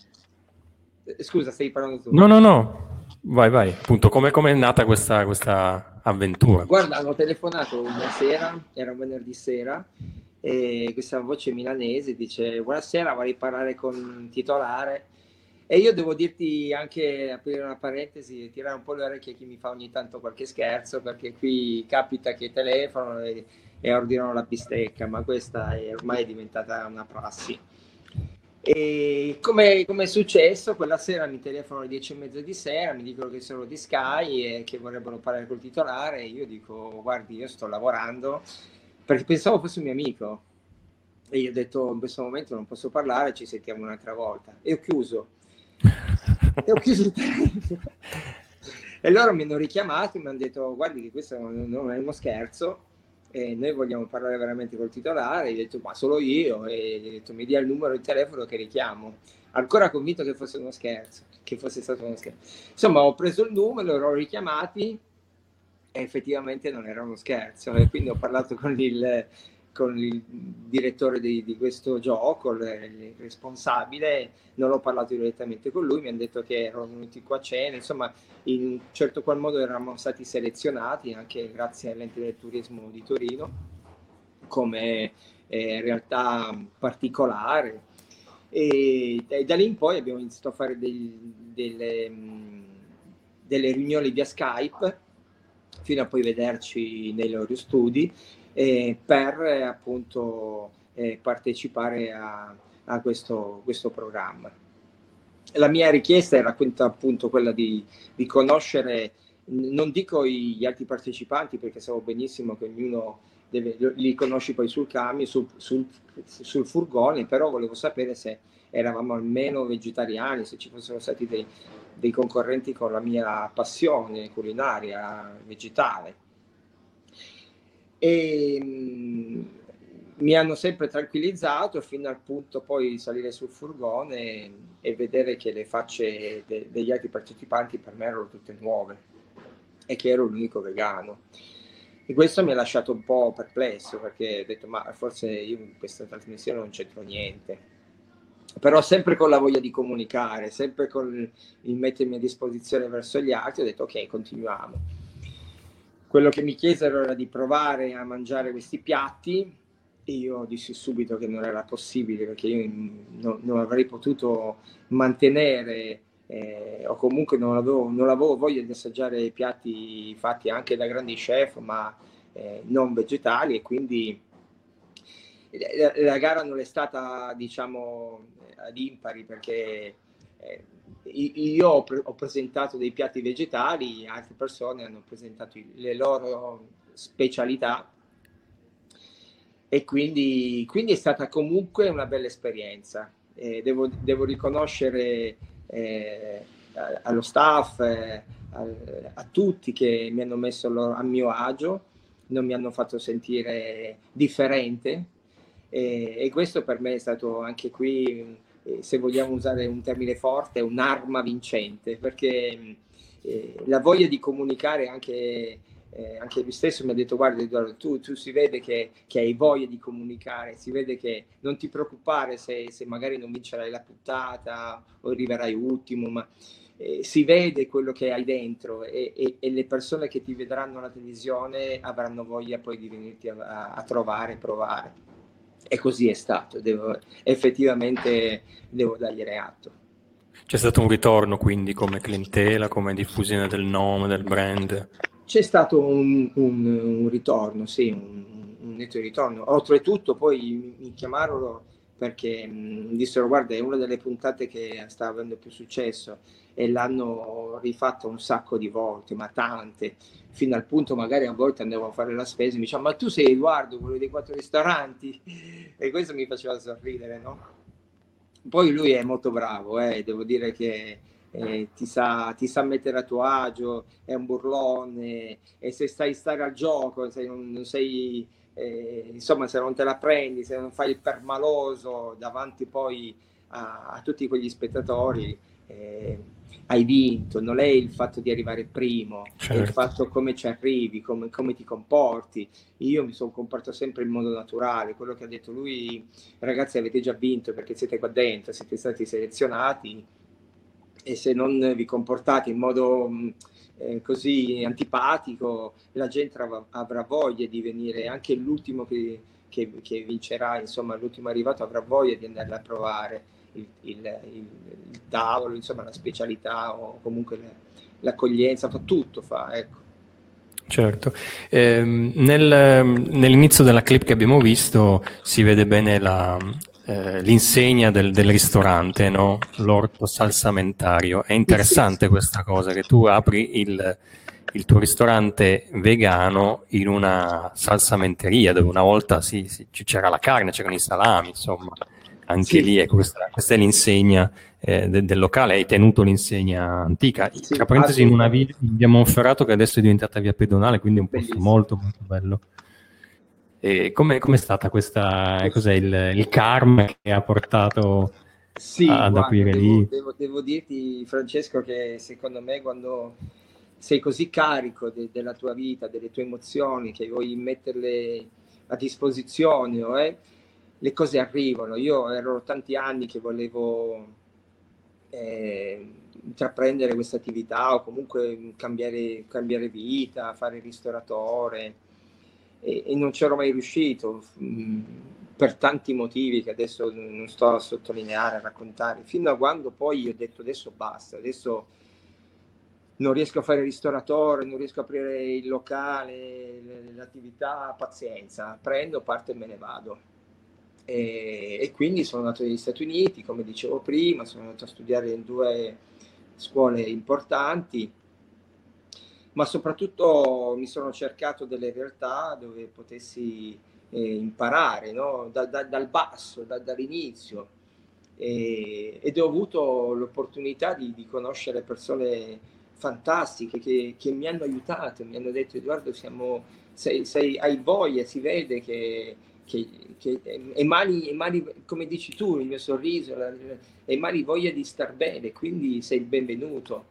Scusa, stai parlando tu? No, no, no, vai, vai, appunto, come come è nata questa, questa avventura? Guarda, hanno telefonato una sera, era un venerdì sera, e questa voce milanese dice: buonasera, vorrei parlare con un titolare. E io devo dirti, anche aprire una parentesi, tirare un po' le orecchie a chi mi fa ogni tanto qualche scherzo, perché qui capita che telefonano e, e ordinano la bistecca, ma questa è ormai diventata una prassi. E come, come è successo, quella sera mi telefonano alle dieci e mezza di sera, mi dicono che sono di Sky e che vorrebbero parlare col titolare, e io dico: guardi, io sto lavorando, perché pensavo fosse un mio amico, e io ho detto: in questo momento non posso parlare, ci sentiamo un'altra volta. E ho chiuso e ho chiuso il telefono. E loro mi hanno richiamato e mi hanno detto: guardi che questo non è uno scherzo, e noi vogliamo parlare veramente col titolare. E ho detto: ma solo io? E gli ho detto: mi dia il numero di telefono che richiamo. Ancora convinto che fosse uno scherzo, che fosse stato uno scherzo. Insomma, ho preso il numero, loro ho richiamati e effettivamente non era uno scherzo, e quindi ho parlato con il, con il direttore di, di questo gioco, il, il responsabile. Non ho parlato direttamente con lui, mi hanno detto che erano venuti qua a cena, insomma in un certo qual modo eravamo stati selezionati anche grazie all'ente del turismo di Torino come eh, realtà particolare, e, e da lì in poi abbiamo iniziato a fare del, delle, delle riunioni via Skype fino a poi vederci nei loro studi. eh, per eh, appunto eh, partecipare a, a questo, questo programma. La mia richiesta era appunto quella di, di conoscere, non dico gli altri partecipanti perché so benissimo che ognuno deve, li conosci poi sul camion, sul, sul, sul furgone, però volevo sapere se eravamo almeno vegetariani, se ci fossero stati dei, dei concorrenti con la mia passione culinaria vegetale. E mh, mi hanno sempre tranquillizzato fino al punto poi di salire sul furgone e, e vedere che le facce de, degli altri partecipanti per me erano tutte nuove e che ero l'unico vegano. E questo mi ha lasciato un po' perplesso, perché ho detto ma forse io in questa trasmissione non c'entro niente. Però sempre con la voglia di comunicare, sempre con il mettermi a disposizione verso gli altri, ho detto ok, continuiamo. Quello che mi chiesero era di provare a mangiare questi piatti. Io dissi subito che non era possibile, perché io non, non avrei potuto mantenere eh, o comunque non avevo, non avevo voglia di assaggiare piatti fatti anche da grandi chef ma eh, non vegetali, e quindi la, la gara non è stata, diciamo, ad impari, perché eh, io ho, pre- ho presentato dei piatti vegetali, altre persone hanno presentato le loro specialità. E quindi, quindi è stata comunque una bella esperienza. Eh, devo, devo riconoscere eh, allo staff, eh, a, a tutti che mi hanno messo loro, a mio agio, non mi hanno fatto sentire differente, eh, e questo per me è stato anche qui, eh, se vogliamo usare un termine forte, un'arma vincente, perché eh, la voglia di comunicare anche... Eh, anche lui stesso mi ha detto guarda Edoardo, tu, tu si vede che, che hai voglia di comunicare, si vede che non ti preoccupare se, se magari non vincerai la puntata o arriverai ultimo, ma eh, si vede quello che hai dentro, e, e, e le persone che ti vedranno alla televisione avranno voglia poi di venirti a, a trovare, provare, e così è stato. Devo, effettivamente devo dargliene atto. C'è stato un ritorno quindi come clientela, come diffusione del nome, del brand? C'è stato un, un, un ritorno, sì, un, un netto ritorno. Oltretutto poi mi chiamarono perché mh, dissero guarda, è una delle puntate che sta avendo più successo, e l'hanno rifatto un sacco di volte, ma tante, fino al punto magari a volte andavo a fare la spesa e mi dicevano ma tu sei Edoardo, quello dei quattro ristoranti? E questo mi faceva sorridere, no? Poi lui è molto bravo, eh, devo dire che Eh, ti, sa, ti sa mettere a tuo agio, è un burlone, e se stai stare al gioco, se non, non sei, eh, insomma, se non te la prendi, se non fai il permaloso davanti poi a, a tutti quegli spettatori, eh, hai vinto. Non è il fatto di arrivare primo, certo, è il fatto come ci arrivi, come, come ti comporti. Io mi sono comportato sempre in modo naturale, quello che ha detto lui, ragazzi avete già vinto perché siete qua dentro, siete stati selezionati, e se non vi comportate in modo eh, così antipatico, la gente avrà, avrà voglia di venire, anche l'ultimo che, che, che vincerà, insomma l'ultimo arrivato avrà voglia di andare a provare il, il, il, il tavolo, insomma la specialità o comunque l'accoglienza, fa tutto, fa, ecco. Certo, eh, nel, nell'inizio della clip che abbiamo visto si vede bene la, eh, l'insegna del, del ristorante, no? L'orto salsamentario. È interessante questa cosa, che tu apri il, il tuo ristorante vegano in una salsamenteria, dove una volta sì, sì, c'era la carne, c'erano i salami, insomma. Anche sì, lì, ecco, questa, questa è l'insegna eh, de, del locale. Hai tenuto l'insegna antica, sì, tra parentesi in una via, in via Monferrato, che adesso è diventata via pedonale, quindi è un posto molto molto bello. E come è stata questa, cos'è il, il karma che ha portato sì, ad guarda, aprire devo, lì? Devo, devo dirti, Francesco, che secondo me quando sei così carico de, della tua vita, delle tue emozioni, che vuoi metterle a disposizione, eh, le cose arrivano. Io ero tanti anni che volevo eh, intraprendere questa attività o comunque cambiare, cambiare vita, fare il ristoratore, e, e non c'ero mai riuscito mh, per tanti motivi che adesso non sto a sottolineare, a raccontare, fino a quando poi ho detto adesso basta, adesso non riesco a fare il ristoratore, non riesco a aprire il locale, l'attività, pazienza, prendo, parto e me ne vado. E, e quindi sono andato negli Stati Uniti, come dicevo prima, sono andato a studiare in due scuole importanti, ma soprattutto mi sono cercato delle realtà dove potessi eh, imparare, no? da, da, dal basso, da, dall'inizio, e, ed ho avuto l'opportunità di, di conoscere persone fantastiche che, che mi hanno aiutato, mi hanno detto: Edoardo, siamo, sei, sei, hai voglia, si vede che, che, che emani, emani, come dici tu, il mio sorriso, la, emani voglia di star bene, quindi sei il benvenuto.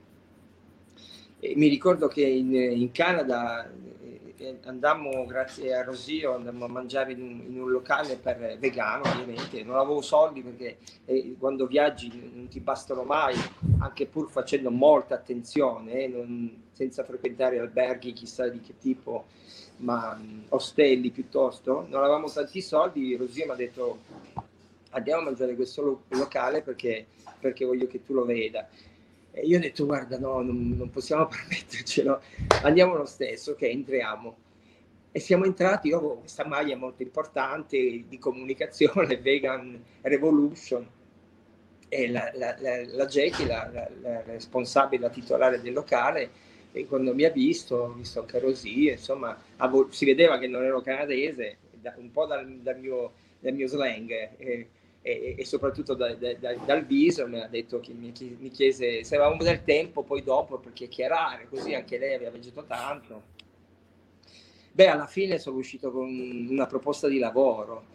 E mi ricordo che in, in Canada eh, andammo, grazie a Rosio, andammo a mangiare in un, in un locale per vegano, ovviamente. Non avevo soldi perché eh, quando viaggi non ti bastano mai, anche pur facendo molta attenzione, eh, non, senza frequentare alberghi chissà di che tipo, ma mh, ostelli piuttosto. Non avevamo tanti soldi. Rosio mi ha detto: andiamo a mangiare questo lo- locale perché, perché voglio che tu lo veda. E io ho detto: guarda, no, non, non possiamo permettercelo, andiamo lo stesso, che entriamo. E siamo entrati. Io avevo questa maglia molto importante di comunicazione, Vegan Revolution, e la, la, la, la Jackie, la, la, la responsabile, la titolare del locale, e quando mi ha visto, ho visto anche Rosì, insomma, avevo, si vedeva che non ero canadese, da, un po' dal, dal, mio, dal mio slang, eh, E, e soprattutto da, da, da, dal viso. Mi ha detto che mi, mi chiese se avevamo del tempo poi dopo per chiacchierare, così anche lei aveva viaggiato tanto. Beh, alla fine sono uscito con una proposta di lavoro,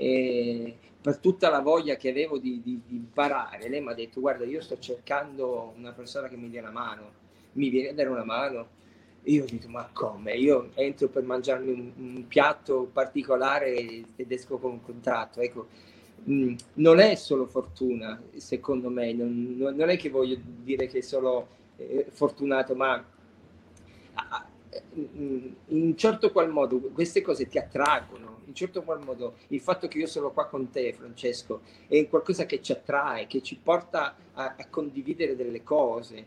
e per tutta la voglia che avevo di, di, di imparare, lei mi ha detto: guarda, io sto cercando una persona che mi dia una mano, mi viene a dare una mano? Io ho detto: ma come? Io entro per mangiarmi un, un piatto particolare ed esco con un contratto. Ecco, Mm, non è solo fortuna, secondo me, non, non è che voglio dire che è solo eh, fortunato, ma ah, in un certo qual modo queste cose ti attraggono, in certo qual modo il fatto che io sono qua con te, Francesco, è qualcosa che ci attrae, che ci porta a, a condividere delle cose.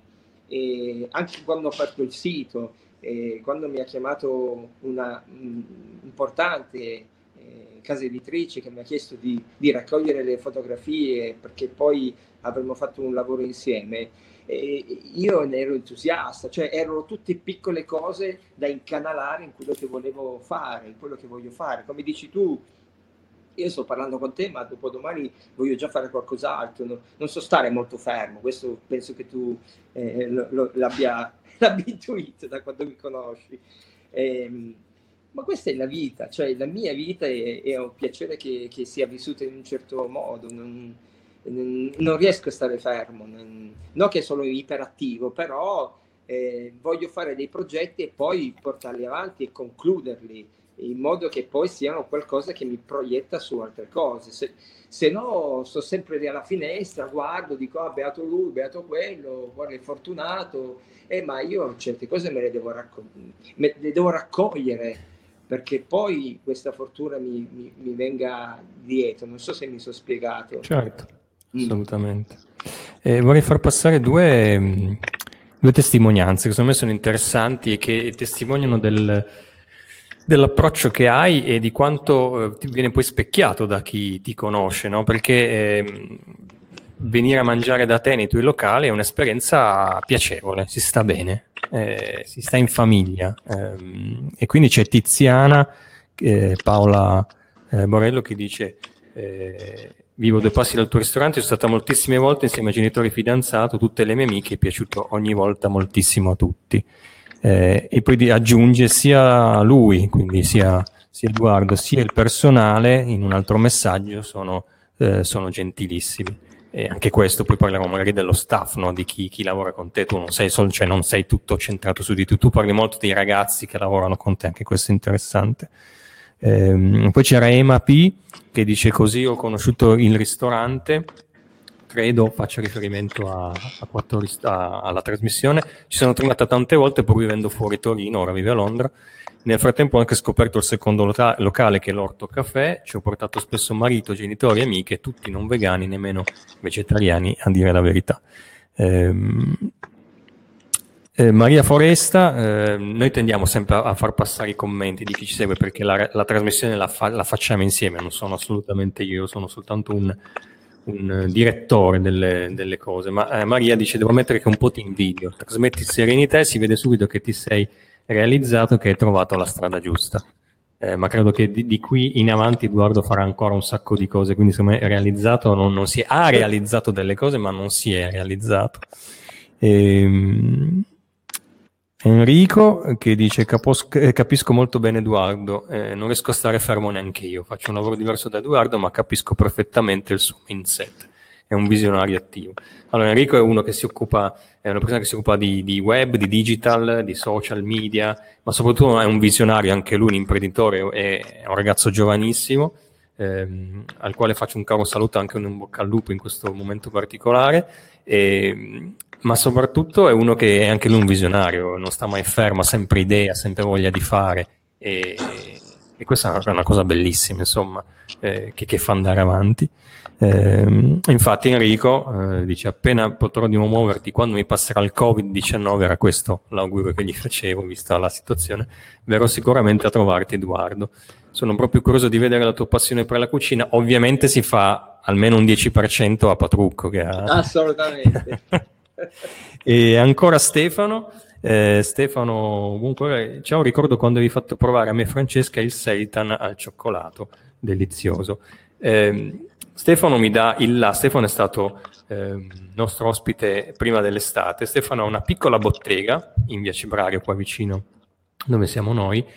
E anche quando ho aperto il sito, eh, quando mi ha chiamato una um, importante casa editrice che mi ha chiesto di, di raccogliere le fotografie perché poi avremmo fatto un lavoro insieme, e io ne ero entusiasta, cioè erano tutte piccole cose da incanalare in quello che volevo fare, in quello che voglio fare. Come dici tu, io sto parlando con te, ma dopodomani voglio già fare qualcos'altro, no? Non so stare molto fermo, questo penso che tu eh, lo, lo, l'abbia, l'abbia intuito da quando mi conosci. E, ma questa è la vita, cioè la mia vita è, è un piacere che, che sia vissuta in un certo modo, non, non, non riesco a stare fermo, non, non che sono iperattivo, però eh, voglio fare dei progetti e poi portarli avanti e concluderli, in modo che poi siano qualcosa che mi proietta su altre cose. Se, se no sto sempre lì alla finestra, guardo, dico: ah, beato lui, beato quello, guarda il fortunato, eh, ma io certe cose me le devo, raccog- me le devo raccogliere, perché poi questa fortuna mi, mi, mi venga dietro. Non so se mi sono spiegato. Certo, assolutamente. Eh, vorrei far passare due, due testimonianze che secondo me sono interessanti e che testimoniano del, dell'approccio che hai e di quanto eh, ti viene poi specchiato da chi ti conosce, no? Perché eh, venire a mangiare da te nei tuoi locali è un'esperienza piacevole, si sta bene, eh, si sta in famiglia, ehm, e quindi c'è Tiziana, eh, Paola eh, Borello, che dice: eh, vivo due passi dal tuo ristorante, sono stata moltissime volte insieme ai genitori fidanzato, tutte le mie amiche, è piaciuto ogni volta moltissimo a tutti. Eh, e poi aggiunge sia lui, quindi sia, sia Edoardo, sia il personale, in un altro messaggio, sono, eh, sono gentilissimi. E anche questo, poi parliamo magari dello staff, no? Di chi, chi lavora con te. Tu non sei solo, cioè non sei tutto centrato su di tu, tu parli molto dei ragazzi che lavorano con te, anche questo è interessante. Ehm, poi c'era Ema P che dice: così ho conosciuto il ristorante, credo faccia riferimento a, a quattro, a, alla trasmissione. Ci sono tornata tante volte pur vivendo fuori Torino, ora vive a Londra. Nel frattempo ho anche scoperto il secondo loca- locale che è l'Orto Café, ci ho portato spesso marito, genitori, amiche, tutti non vegani, nemmeno vegetariani, a dire la verità. Ehm, Eh, Maria Foresta, eh, noi tendiamo sempre a, a far passare i commenti di chi ci segue perché la, la trasmissione la, fa, la facciamo insieme, non sono assolutamente io, sono soltanto un, un direttore delle, delle cose, ma eh, Maria dice devo ammettere che un po' ti invidio, trasmetti serenità e si vede subito che ti sei realizzato, che hai trovato la strada giusta. Eh, ma credo che di, di qui in avanti Edoardo farà ancora un sacco di cose, quindi secondo me è realizzato, non, non si è, ha realizzato delle cose ma non si è realizzato. Ehm... Enrico che dice Capos- capisco molto bene Edoardo, eh, non riesco a stare fermo neanche io, faccio un lavoro diverso da Edoardo ma capisco perfettamente il suo mindset, è un visionario attivo. Allora Enrico è uno che si occupa, è una persona che si occupa di, di web, di digital, di social media, ma soprattutto è un visionario, anche lui un imprenditore, è, è un ragazzo giovanissimo, ehm, al quale faccio un caro saluto, anche un bocca al lupo in questo momento particolare. E, ma soprattutto è uno che è anche lui un visionario, non sta mai fermo, ha sempre idee, ha sempre voglia di fare e, e questa è una cosa bellissima, insomma, eh, che, che fa andare avanti. Eh, infatti Enrico eh, dice appena potrò di nuovo muoverti quando mi passerà il covid diciannove, era questo l'augurio che gli facevo vista la situazione, verrò sicuramente a trovarti Edoardo. Sono proprio curioso di vedere la tua passione per la cucina, ovviamente si fa almeno un dieci per cento a Patrucco che ha... Assolutamente. E ancora Stefano eh, Stefano comunque, ciao, ricordo quando avevi fatto provare a me Francesca il seitan al cioccolato, delizioso. eh, Stefano mi dà il là, Stefano è stato eh, nostro ospite prima dell'estate. Stefano ha una piccola bottega in via Cibrario, qua vicino dove siamo noi,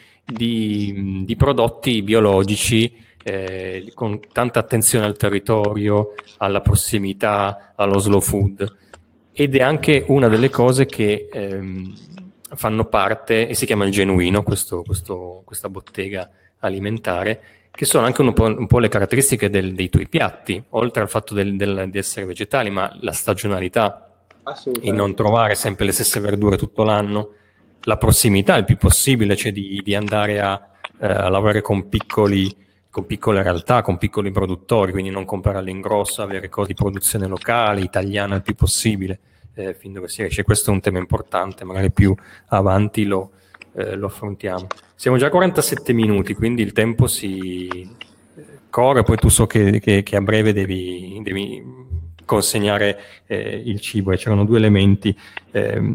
di, di prodotti biologici eh, con tanta attenzione al territorio, alla prossimità, allo slow food. Ed è anche una delle cose che ehm, fanno parte, e si chiama il Genuino, questo, questo, questa bottega alimentare, che sono anche un po', un po' le caratteristiche del, dei tuoi piatti, oltre al fatto del, del, di essere vegetali, ma la stagionalità, e non trovare sempre le stesse verdure tutto l'anno, la prossimità il più possibile, cioè di, di andare a, eh, a lavorare con piccoli, con piccole realtà, con piccoli produttori, quindi non comprare all'ingrosso, avere cose di produzione locale, italiana il più possibile, eh, fin dove si riesce. Questo è un tema importante, magari più avanti lo, eh, lo affrontiamo. Siamo già a quarantasette minuti, quindi il tempo si corre, poi tu so che, che, che a breve devi, devi consegnare eh, il cibo, e c'erano due elementi. Eh,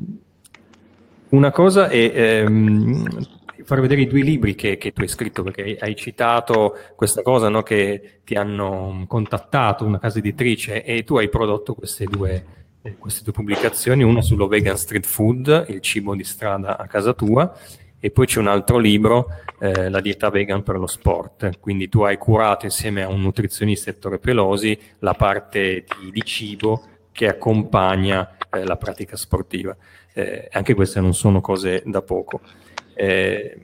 una cosa è... Ehm, far vedere i due libri che, che tu hai scritto, perché hai citato questa cosa, no, che ti hanno contattato una casa editrice e tu hai prodotto queste due, eh, queste due pubblicazioni, una sullo vegan street food, il cibo di strada a casa tua, e poi c'è un altro libro, eh, la dieta vegan per lo sport. Quindi tu hai curato insieme a un nutrizionista, Ettore Pelosi, la parte di, di cibo che accompagna eh, la pratica sportiva. Eh, anche queste non sono cose da poco. Eh,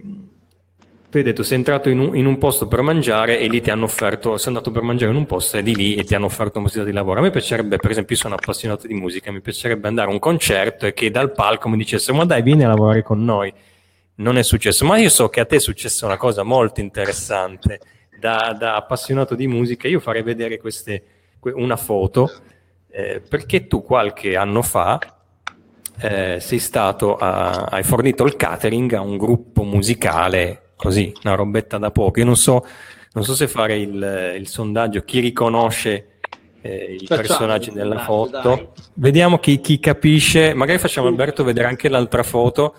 tu hai detto sei entrato in un, in un posto per mangiare e lì ti hanno offerto, sei andato per mangiare in un posto e di lì e ti hanno offerto una possibilità di lavoro. A me piacerebbe, per esempio, io sono appassionato di musica, mi piacerebbe andare a un concerto e che dal palco mi dicessero ma dai, vieni a lavorare con noi. Non è successo, ma io so che a te è successa una cosa molto interessante. Da, da appassionato di musica io farei vedere queste, una foto eh, perché tu qualche anno fa Eh, sei stato a, hai fornito il catering a un gruppo musicale, così, una robetta da poco. Io non so, non so se fare il, il sondaggio, chi riconosce eh, i facciamo, personaggi nella foto. Dai. Vediamo chi, chi capisce, magari facciamo Alberto vedere anche l'altra foto.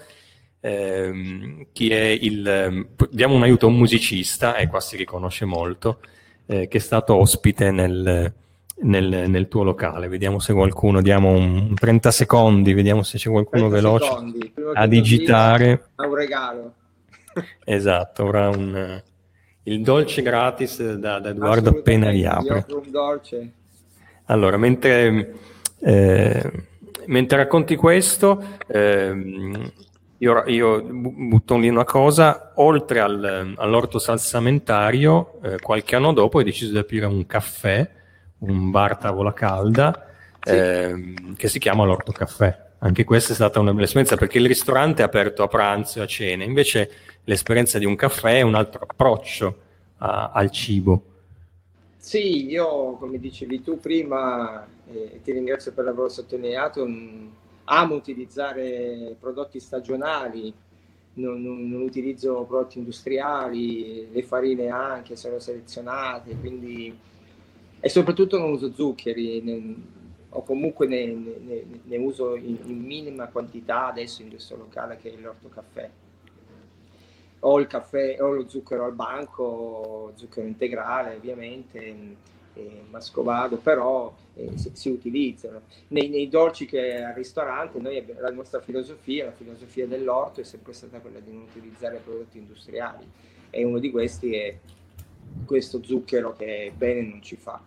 Eh, chi è il, diamo un aiuto a un musicista, e qua si riconosce molto, eh, che è stato ospite nel Nel, nel tuo locale. Vediamo se qualcuno, diamo un trenta secondi, vediamo se c'è qualcuno veloce secondi, a digitare. Ha un regalo. Esatto, avrà un il dolce gratis da, da Edoardo appena riapre. Un dolce. Allora, mentre eh, mentre racconti questo, eh, io, io butto lì una cosa, oltre al, all'orto salsamentario, eh, qualche anno dopo hai deciso di aprire un caffè, un bar tavola calda, sì. ehm, che si chiama l'Orto Caffè. Anche questa è stata una bella esperienza, perché il ristorante è aperto a pranzo e a cena, invece l'esperienza di un caffè è un altro approccio a, al cibo. Sì, io come dicevi tu prima, eh, ti ringrazio per l'aver sottolineato, mh, amo utilizzare prodotti stagionali, non, non, non utilizzo prodotti industriali, le farine anche sono selezionate, quindi, e soprattutto non uso zuccheri, ne, o comunque ne, ne, ne uso in, in minima quantità adesso in questo locale che è l'Orto Caffè. Ho il caffè, ho lo zucchero al banco, zucchero integrale ovviamente, eh, mascovado, però eh, si, si utilizzano. Nei, nei dolci che al ristorante, noi abbiamo, la nostra filosofia, la filosofia dell'orto è sempre stata quella di non utilizzare prodotti industriali, e uno di questi è questo zucchero che bene non ci fa.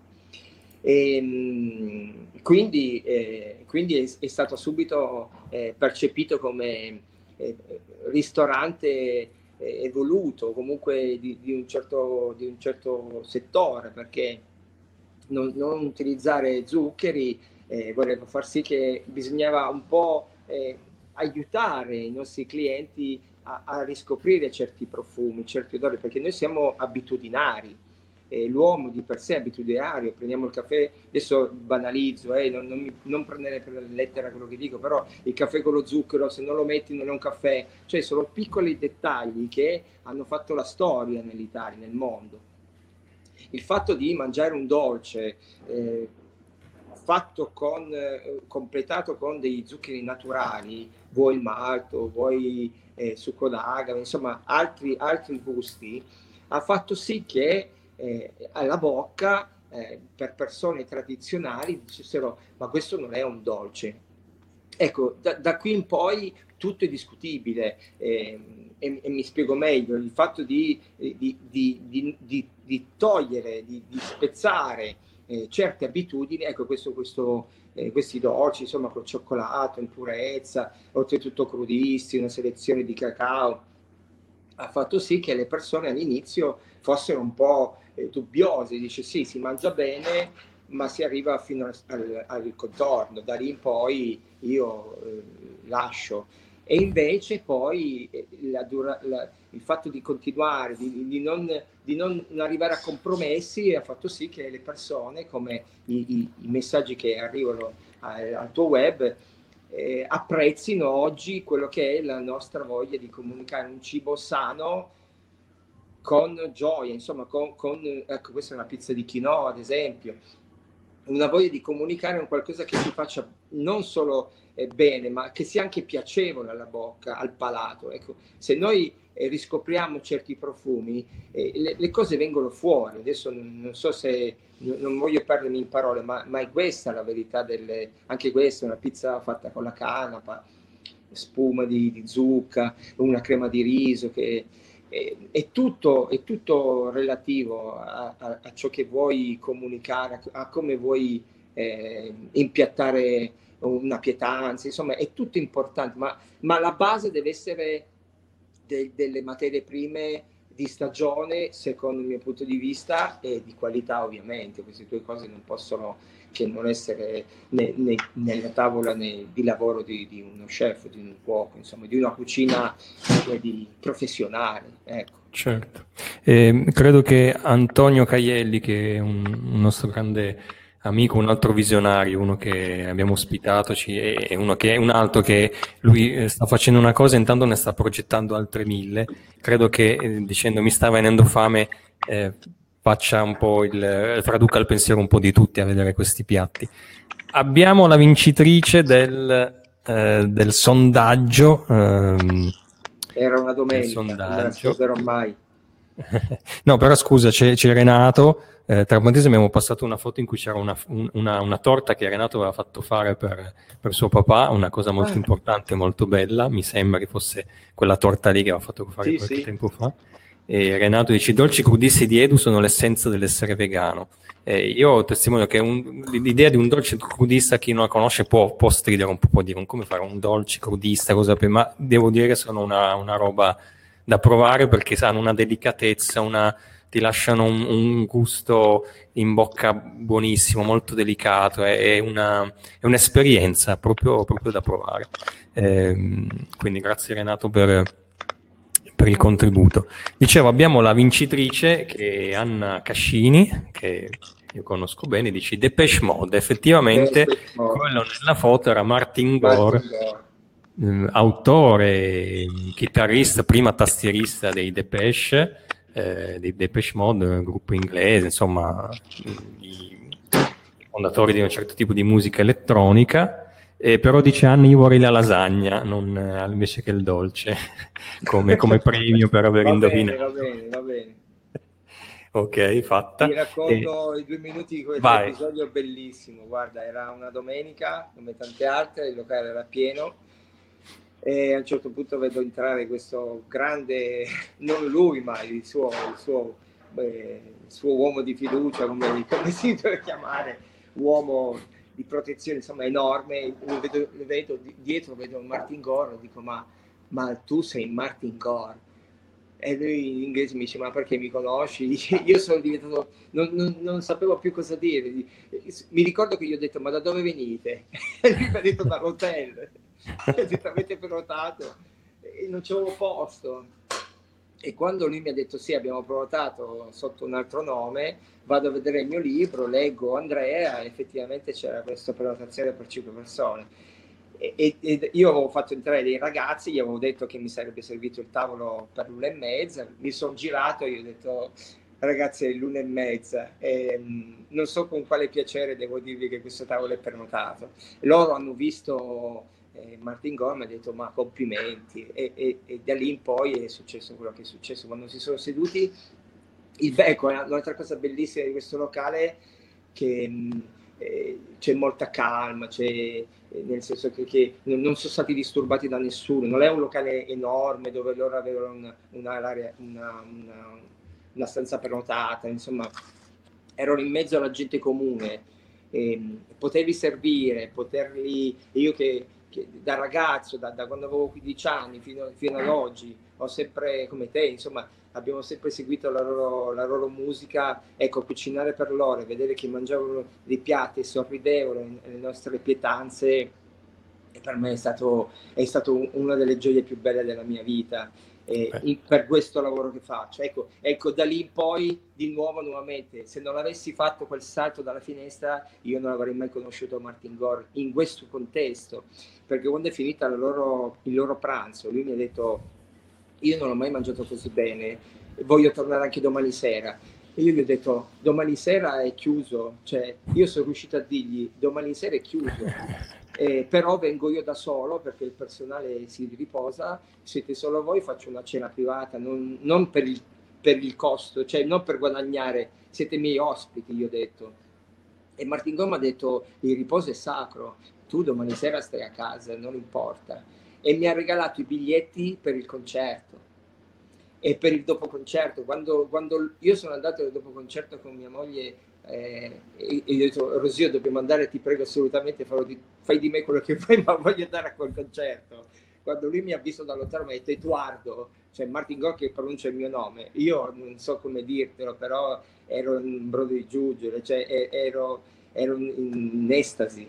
E, quindi eh, quindi è, è stato subito eh, percepito come eh, ristorante evoluto, comunque di, di, un certo, di un certo settore, perché non, non utilizzare zuccheri eh, voleva far sì che bisognava un po' eh, aiutare i nostri clienti a, a riscoprire certi profumi, certi odori, perché noi siamo abitudinari. Eh, l'uomo di per sé è abitudinario, prendiamo il caffè, adesso banalizzo, eh, non, non, mi, non prendere per la lettera quello che dico, però il caffè con lo zucchero, se non lo metti non è un caffè, cioè sono piccoli dettagli che hanno fatto la storia nell'Italia, nel mondo. Il fatto di mangiare un dolce eh, fatto con, eh, completato con dei zuccheri naturali, vuoi il malto, vuoi eh, succo d'agave, insomma altri, altri gusti, ha fatto sì che Eh, alla bocca eh, per persone tradizionali dicessero ma questo non è un dolce. Ecco, da, da qui in poi tutto è discutibile, eh, e, e mi spiego meglio. Il fatto di, di, di, di, di, di togliere, di, di spezzare eh, certe abitudini, ecco questo, questo, eh, questi dolci insomma col cioccolato in purezza, oltretutto crudisti, una selezione di cacao, ha fatto sì che le persone all'inizio fossero un po' eh, dubbiose, dice sì, si mangia bene, ma si arriva fino al, al, al contorno, da lì in poi io eh, lascio. E invece poi eh, la dura, la, il fatto di continuare, di, di, non, di non arrivare a compromessi ha fatto sì che le persone, come i, i, i messaggi che arrivano al, al tuo web, Eh, apprezzino oggi quello che è la nostra voglia di comunicare un cibo sano con gioia, insomma, con, con ecco, questa è una pizza di quinoa ad esempio, una voglia di comunicare un qualcosa che ci faccia non solo eh, bene, ma che sia anche piacevole alla bocca, al palato. Ecco, se noi eh, riscopriamo certi profumi, eh, le, le cose vengono fuori. Adesso non, non so se, non voglio perdermi in parole, ma, ma è questa la verità delle, anche questa, una pizza fatta con la canapa, spuma di, di zucca, una crema di riso, che è, è, tutto, è tutto relativo a, a, a ciò che vuoi comunicare, a, a come vuoi eh, impiattare una pietanza, insomma è tutto importante, ma, ma la base deve essere de, delle materie prime di stagione, secondo il mio punto di vista, e di qualità ovviamente. Queste due cose non possono che non essere né, né, nella tavola né di lavoro di, di uno chef, di un cuoco, insomma di una cucina eh, di professionale, ecco. Certo. Eh, credo che Antonio Caielli, che è un, un nostro grande amico, un altro visionario, uno che abbiamo ospitato, e uno che è un altro che lui sta facendo una cosa, intanto ne sta progettando altre mille. Credo che eh, dicendo mi sta venendo fame eh, faccia un po' il traduca il pensiero un po' di tutti a vedere questi piatti. Abbiamo la vincitrice del, eh, del sondaggio. Ehm, Era una domenica, sondaggio. Non la sposerò mai. No, però scusa, c'è, c'è Renato. Eh, tra parentesi abbiamo passato una foto in cui c'era una, una, una torta che Renato aveva fatto fare per, per suo papà, una cosa molto importante, molto bella, mi sembra che fosse quella torta lì che aveva fatto fare sì, qualche sì. tempo fa. E Renato dice: i dolci crudisti di Edu sono l'essenza dell'essere vegano. Eh, io testimonio che un, l'idea di un dolce crudista, chi non la conosce può, può stridere un po', può dire come fare un dolce crudista, cosa per... ma devo dire che sono una, una roba da provare, perché hanno una delicatezza, una ti lasciano un, un gusto in bocca buonissimo, molto delicato, è, è, una, è un'esperienza proprio, proprio da provare. Eh, quindi grazie Renato per, per il contributo. Dicevo, abbiamo la vincitrice che è Anna Cascini, che io conosco bene, dici Depeche Mode, effettivamente Depeche Mode. Quello nella foto era Martin Gore, Martin Gore. eh, autore, chitarrista, prima tastierista dei Depeche, eh, dei Depeche Mode, gruppo inglese, insomma, i fondatori di un certo tipo di musica elettronica. Eh, però dice Anni io vorrei la lasagna non, eh, invece che il dolce come, come premio per aver Va indovinato. bene, va bene, va bene. Ok, fatta. Ti racconto E... i due minuti di questo Vai. episodio bellissimo. Guarda, era una domenica, come tante altre, il locale era pieno e a un certo punto vedo entrare questo grande, non lui ma il suo, il suo, eh, il suo uomo di fiducia, come, come si deve chiamare, uomo di protezione, insomma enorme. Lo vedo, lo vedo dietro, vedo Martin Gore, dico ma, ma tu sei Martin Gore? E lui in inglese mi dice ma perché mi conosci? Io sono diventato, non, non, non sapevo più cosa dire. Mi ricordo che gli ho detto ma da dove venite? E lui mi ha detto dall'hotel. Ho detto avete prenotato? E non c'avevo posto. E quando lui mi ha detto sì, abbiamo prenotato sotto un altro nome, vado a vedere il mio libro, leggo Andrea e effettivamente c'era questa prenotazione per cinque persone. E, e io avevo fatto entrare dei ragazzi, gli avevo detto che mi sarebbe servito il tavolo per l'una e mezza, mi sono girato e gli ho detto ragazzi è l'una e mezza e mh, non so con quale piacere devo dirvi che questo tavolo è prenotato. Loro hanno visto eh, Martin Gore, mi ha detto ma complimenti e, e, e da lì in poi è successo quello che è successo. Quando si sono seduti, il becco è un'altra cosa bellissima di questo locale, che mh, eh, c'è molta calma, c'è nel senso che, che non sono stati disturbati da nessuno, non è un locale enorme dove loro avevano una, una, una, una, una stanza prenotata, insomma erano in mezzo alla gente comune, e poterli servire, poterli, io che, che da ragazzo, da, da quando avevo quindici anni fino, fino ad oggi, ho sempre, come te, insomma, abbiamo sempre seguito la loro, la loro musica, ecco, cucinare per loro, vedere che mangiavano dei piatti e sorridevano nelle nostre pietanze, e per me è stato, è stato una delle gioie più belle della mia vita, eh, in, per questo lavoro che faccio. Ecco, ecco, da lì in poi, di nuovo, nuovamente, se non avessi fatto quel salto dalla finestra, io non avrei mai conosciuto Martin Gore in questo contesto, perché quando è finita la loro, il loro pranzo, lui mi ha detto io non ho mai mangiato così bene, voglio tornare anche domani sera. E io gli ho detto domani sera è chiuso, cioè io sono riuscito a dirgli domani sera è chiuso, eh, però vengo io da solo perché il personale si riposa, siete solo voi, faccio una cena privata, non, non per, il, per il costo, cioè non per guadagnare, siete miei ospiti, gli ho detto. E Martin Gore mi ha detto il riposo è sacro, tu domani sera stai a casa, non importa. E mi ha regalato i biglietti per il concerto e per il dopo concerto. Quando, quando io sono andato al dopo concerto con mia moglie eh, e, e gli ho detto Rosio dobbiamo andare, ti prego assolutamente, di, fai di me quello che vuoi, ma voglio andare a quel concerto. Quando lui mi ha visto dall'hotel mi ha detto Edoardo, cioè Martin Gore che pronuncia il mio nome, io non so come dirtelo, però ero in brodo di giuggiole, cioè ero, ero in estasi.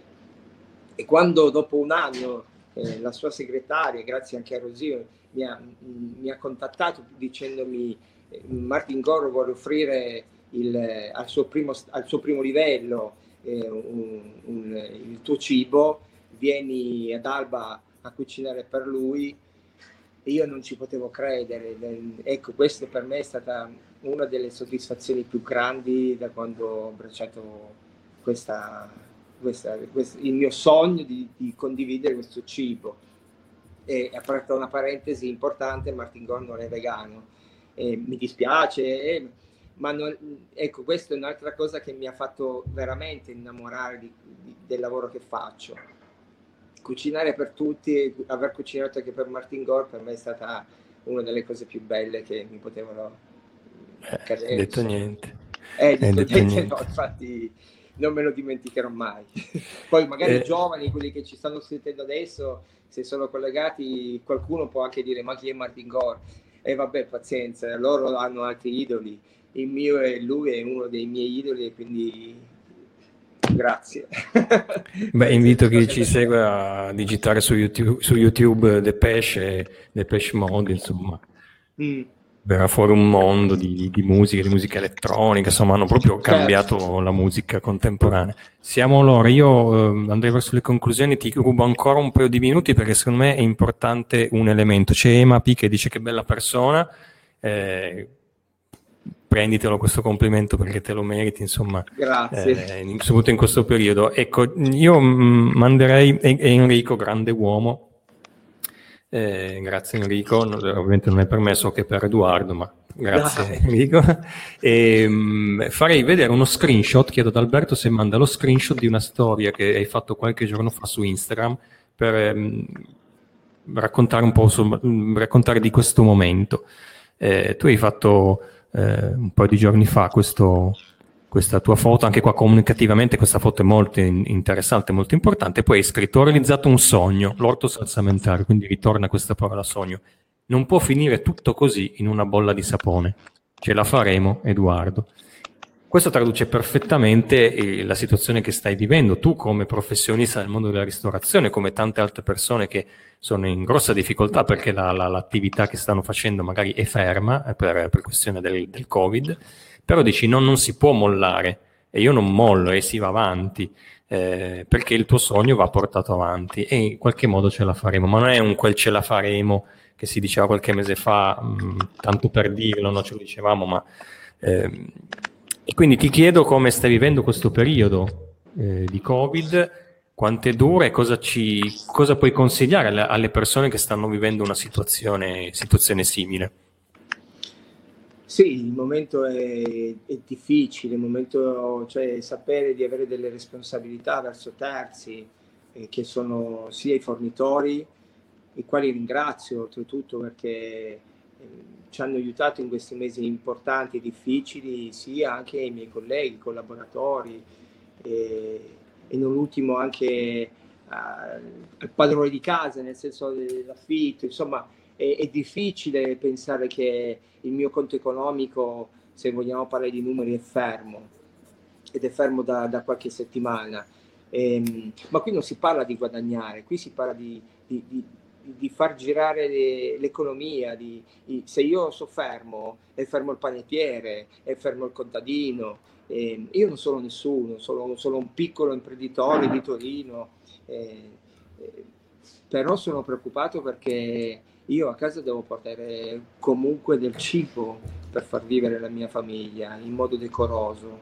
E quando dopo un anno Eh, la sua segretaria, grazie anche a Rosio, mi ha, mi ha contattato dicendomi eh, Martin Gore vuole offrire il, al, suo primo, al suo primo livello eh, un, un, il tuo cibo, vieni ad Alba a cucinare per lui. E io non ci potevo credere. Ecco, questo per me è stata una delle soddisfazioni più grandi da quando ho abbracciato questa Questa, questo, il mio sogno di, di condividere questo cibo. E aperta una parentesi importante, Martin Gore non è vegano, e mi dispiace, e, ma non, ecco, questa è un'altra cosa che mi ha fatto veramente innamorare di, di, del lavoro che faccio. Cucinare per tutti, aver cucinato anche per Martin Gore per me è stata una delle cose più belle che mi potevano accadere. Eh, detto niente. Eh, detto, detto niente, niente. No, infatti non me lo dimenticherò mai. Poi magari eh. i giovani, quelli che ci stanno sentendo adesso, se sono collegati, qualcuno può anche dire ma chi è Martin Gore? E eh, vabbè, pazienza, loro hanno altri idoli, il mio e lui è uno dei miei idoli, e quindi grazie. Beh, invito chi ci segue a digitare su YouTube, su YouTube Depeche, Depeche Mode, insomma. Mm. verrà fuori un mondo di, di musica, di musica elettronica, insomma hanno proprio cambiato Certo. la musica contemporanea. Siamo allora, io eh, andrei verso le conclusioni, ti rubo ancora un paio di minuti perché secondo me è importante un elemento. C'è Ema P che dice che bella persona, eh, prenditelo questo complimento perché te lo meriti, insomma, Grazie. eh, in- soprattutto in questo periodo. Ecco, io mm, manderei, e, e Enrico, grande uomo, eh, grazie Enrico, no, ovviamente non è permesso che per Edoardo, ma grazie Dai. Enrico. E, mh, farei vedere uno screenshot, chiedo ad Alberto se manda lo screenshot di una storia che hai fatto qualche giorno fa su Instagram per mh, raccontare un po' su, mh, raccontare di questo momento. Eh, tu hai fatto eh, un po' di giorni fa questo, questa tua foto, anche qua comunicativamente questa foto è molto in- interessante, molto importante. Poi hai scritto: ho realizzato un sogno, l'orto salsamentario, quindi ritorna questa parola sogno. Non può finire tutto così in una bolla di sapone. Ce la faremo, Edoardo. Questo traduce perfettamente eh, la situazione che stai vivendo tu come professionista del mondo della ristorazione, come tante altre persone che sono in grossa difficoltà perché la, la, l'attività che stanno facendo magari è ferma eh, per, per questione del, del Covid, però dici no, non si può mollare e io non mollo e si va avanti eh, perché il tuo sogno va portato avanti e in qualche modo ce la faremo, ma non è un quel ce la faremo che si diceva qualche mese fa, mh, tanto per dirlo, no, ce lo dicevamo, ma ehm, e quindi ti chiedo come stai vivendo questo periodo eh, di Covid, quanto è dura e cosa, ci, cosa puoi consigliare alle, alle persone che stanno vivendo una situazione, situazione simile. Sì, il momento è, è difficile, il momento, cioè sapere di avere delle responsabilità verso terzi, eh, che sono sia i fornitori, i quali ringrazio oltretutto perché eh, ci hanno aiutato in questi mesi importanti e difficili, sia anche i miei colleghi, collaboratori, e, e non ultimo anche eh, il padrone di casa, nel senso dell'affitto, insomma è, è difficile pensare che il mio conto economico, se vogliamo parlare di numeri, è fermo ed è fermo da, da qualche settimana. Ehm, ma qui non si parla di guadagnare, qui si parla di, di, di, di far girare le, l'economia. Di, di, se io sto fermo, è fermo il panettiere, è fermo il contadino. Ehm, io non sono nessuno, sono, sono un piccolo imprenditore di Torino, eh, eh, però sono preoccupato perché io a casa devo portare comunque del cibo per far vivere la mia famiglia in modo decoroso.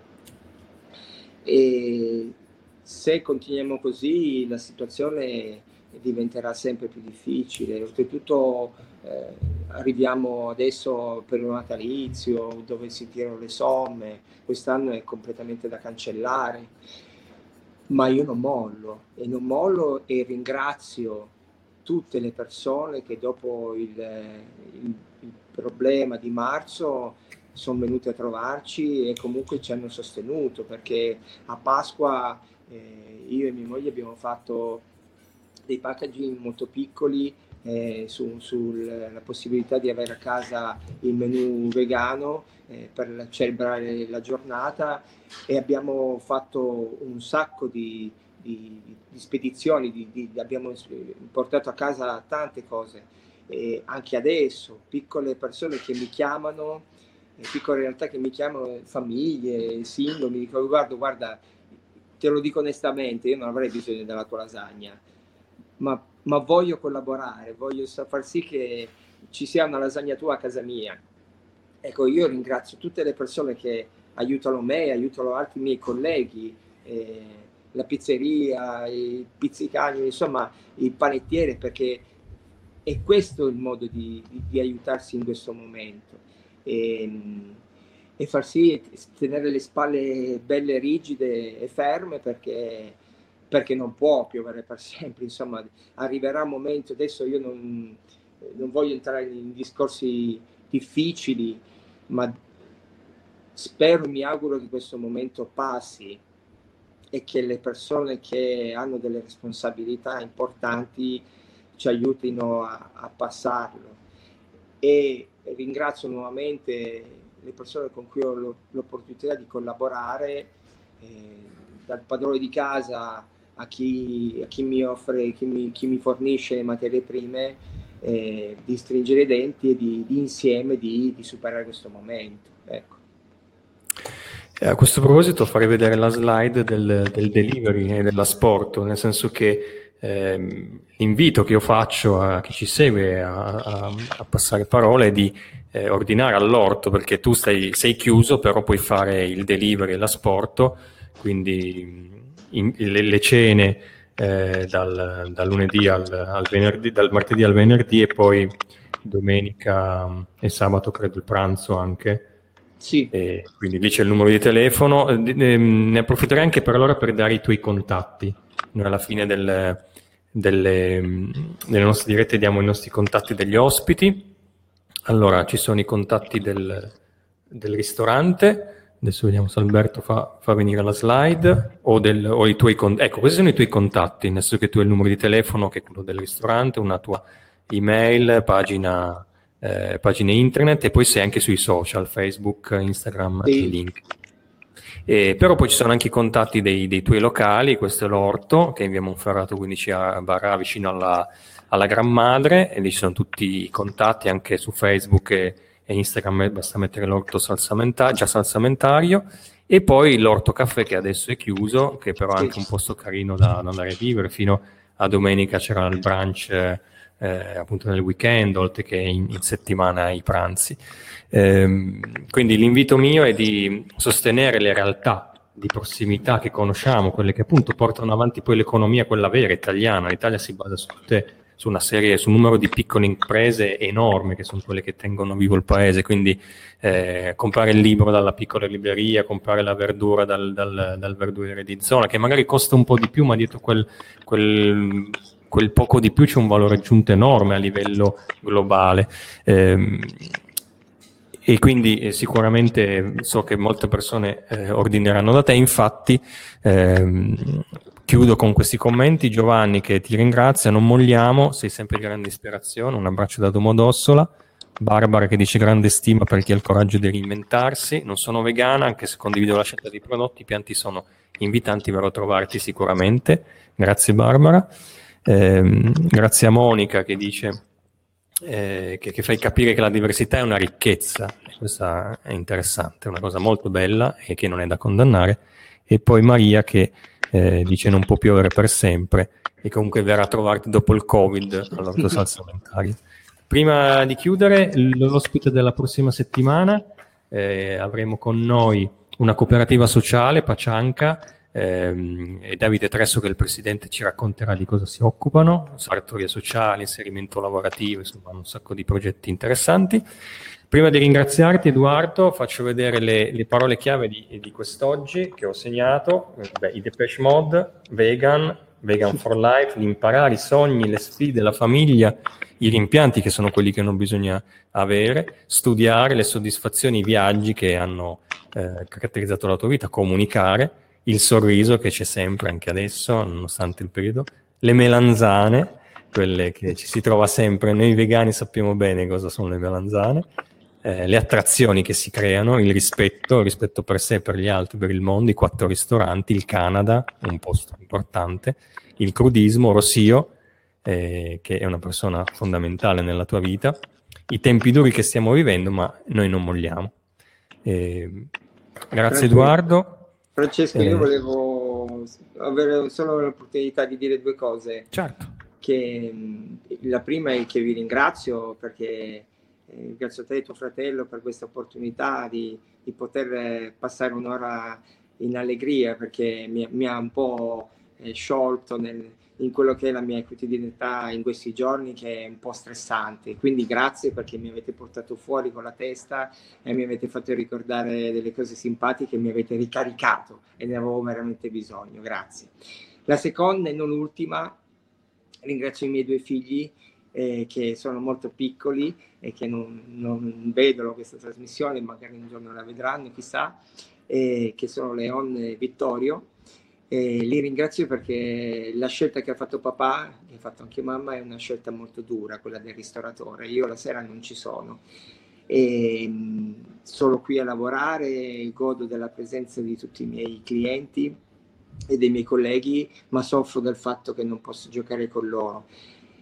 E se continuiamo così la situazione diventerà sempre più difficile. Oltretutto eh, arriviamo adesso per un natalizio dove si tirano le somme, quest'anno è completamente da cancellare, ma io non mollo e non mollo e ringrazio tutte le persone che dopo il, il, il problema di marzo sono venute a trovarci e comunque ci hanno sostenuto, perché a Pasqua eh, io e mia moglie abbiamo fatto dei packaging molto piccoli eh, su, sulla possibilità di avere a casa il menù vegano eh, per celebrare la giornata, e abbiamo fatto un sacco di Di, di spedizioni, di, di, abbiamo portato a casa tante cose, e anche adesso piccole persone che mi chiamano, piccole realtà che mi chiamano, famiglie, singoli, mi dicono guarda, guarda, te lo dico onestamente, io non avrei bisogno della tua lasagna, ma, ma voglio collaborare, voglio far sì che ci sia una lasagna tua a casa mia. Ecco, io ringrazio tutte le persone che aiutano me, aiutano altri miei colleghi, eh, la pizzeria, i pizzicani, insomma il panettiere, perché è questo il modo di, di, di aiutarsi in questo momento e, e far sì, tenere le spalle belle rigide e ferme, perché, perché non può piovere per sempre, insomma arriverà un momento, adesso io non, non voglio entrare in discorsi difficili, ma spero, mi auguro che questo momento passi e che le persone che hanno delle responsabilità importanti ci aiutino a, a passarlo. E ringrazio nuovamente le persone con cui ho l'opportunità di collaborare, eh, dal padrone di casa a chi, a chi mi offre, chi mi, chi mi fornisce le materie prime, eh, di stringere i denti e di, di insieme di, di superare questo momento. Ecco. A questo proposito farei vedere la slide del, del delivery e dell'asporto, nel senso che ehm, l'invito che io faccio a chi ci segue a, a, a passare parole è di eh, ordinare all'orto, perché tu stai, sei chiuso, però puoi fare il delivery e l'asporto, quindi in, le, le cene eh, dal, dal lunedì al, al venerdì, dal martedì al venerdì, e poi domenica e sabato credo il pranzo anche. Sì. E quindi lì c'è il numero di telefono. Ne approfitterei anche per allora per dare i tuoi contatti. Noi alla fine del, delle, delle nostre dirette diamo i nostri contatti degli ospiti. Allora ci sono i contatti del, del ristorante. Adesso vediamo se Alberto fa, fa venire la slide o, del, o i tuoi contatti. Ecco, questi sono i tuoi contatti, nel senso che tu hai il numero di telefono che è quello del ristorante, una tua email, pagina Eh, pagine internet, e poi sei anche sui social, Facebook, Instagram, sì. e link. E, però poi ci sono anche i contatti dei, dei tuoi locali. Questo è l'orto che è in via Monferrato quindici a Barà, vicino alla, alla Gran Madre, e lì ci sono tutti i contatti anche su Facebook e, e Instagram, basta mettere l'orto salsamentario, già salsamentario, e poi l'orto caffè che adesso è chiuso, che però è anche un posto carino da, da andare a vivere. Fino a domenica c'era il brunch Eh, appunto nel weekend, oltre che in, in settimana i pranzi. Eh, quindi l'invito mio è di sostenere le realtà di prossimità che conosciamo, quelle che appunto portano avanti poi l'economia, quella vera italiana. L'Italia si basa su, tutte, su una serie, su un numero di piccole imprese enorme, che sono quelle che tengono vivo il paese. Quindi eh, comprare il libro dalla piccola libreria, comprare la verdura dal, dal, dal verduriere di zona, che magari costa un po' di più, ma dietro quel, quel quel poco di più c'è un valore aggiunto enorme a livello globale. Eh, e quindi eh, sicuramente so che molte persone eh, ordineranno da te. Infatti ehm, chiudo con questi commenti. Giovanni che ti ringrazia, non molliamo, sei sempre di grande ispirazione, un abbraccio da Domodossola. Barbara che dice grande stima per chi ha il coraggio di reinventarsi, non sono vegana anche se condivido la scelta dei prodotti, i pianti sono invitanti, verrò a trovarti sicuramente. Grazie Barbara. Eh, grazie a Monica che dice eh, che, che fai capire che la diversità è una ricchezza, e questa è interessante, è una cosa molto bella e che non è da condannare. E poi Maria che eh, dice non può piovere per sempre e comunque verrà a trovarti dopo il Covid all'orto salsamentario. Prima di chiudere, l'ospite della prossima settimana eh, avremo con noi una cooperativa sociale, Pacianca, Ehm, e Davide Tresso che è il presidente ci racconterà di cosa si occupano, sartoria sociale, inserimento lavorativo, insomma un sacco di progetti interessanti. Prima di ringraziarti Edoardo faccio vedere le, le parole chiave di, di quest'oggi che ho segnato. Beh, i Depeche Mode, vegan, vegan for life, l'imparare, i sogni, le sfide, la famiglia, i rimpianti che sono quelli che non bisogna avere, studiare, le soddisfazioni, i viaggi che hanno eh, caratterizzato la tua vita, comunicare, il sorriso che c'è sempre anche adesso nonostante il periodo, le melanzane, quelle che ci si trova sempre, noi vegani sappiamo bene cosa sono le melanzane, eh, le attrazioni che si creano, il rispetto, il rispetto per sé, per gli altri, per il mondo, i quattro ristoranti, il Canada, un posto importante, il crudismo, Rossio, eh, che è una persona fondamentale nella tua vita, i tempi duri che stiamo vivendo, ma noi non molliamo. Eh, grazie Edoardo. Francesco, io volevo avere solo l'opportunità di dire due cose. Certo. Che, la prima è che vi ringrazio perché eh, ringrazio te e tuo fratello per questa opportunità di, di poter passare un'ora in allegria, perché mi, mi ha un po' eh, sciolto nel, in quello che è la mia quotidianità in questi giorni, che è un po' stressante. Quindi grazie perché mi avete portato fuori con la testa e mi avete fatto ricordare delle cose simpatiche, mi avete ricaricato e ne avevo veramente bisogno. Grazie. La seconda e non ultima, ringrazio i miei due figli eh, che sono molto piccoli e che non, non vedono questa trasmissione, magari un giorno la vedranno, chissà, eh, che sono Leon e Vittorio. E li ringrazio perché la scelta che ha fatto papà, che ha fatto anche mamma, è una scelta molto dura, quella del ristoratore. Io la sera non ci sono, e sono qui a lavorare, godo della presenza di tutti i miei clienti e dei miei colleghi, ma soffro del fatto che non posso giocare con loro.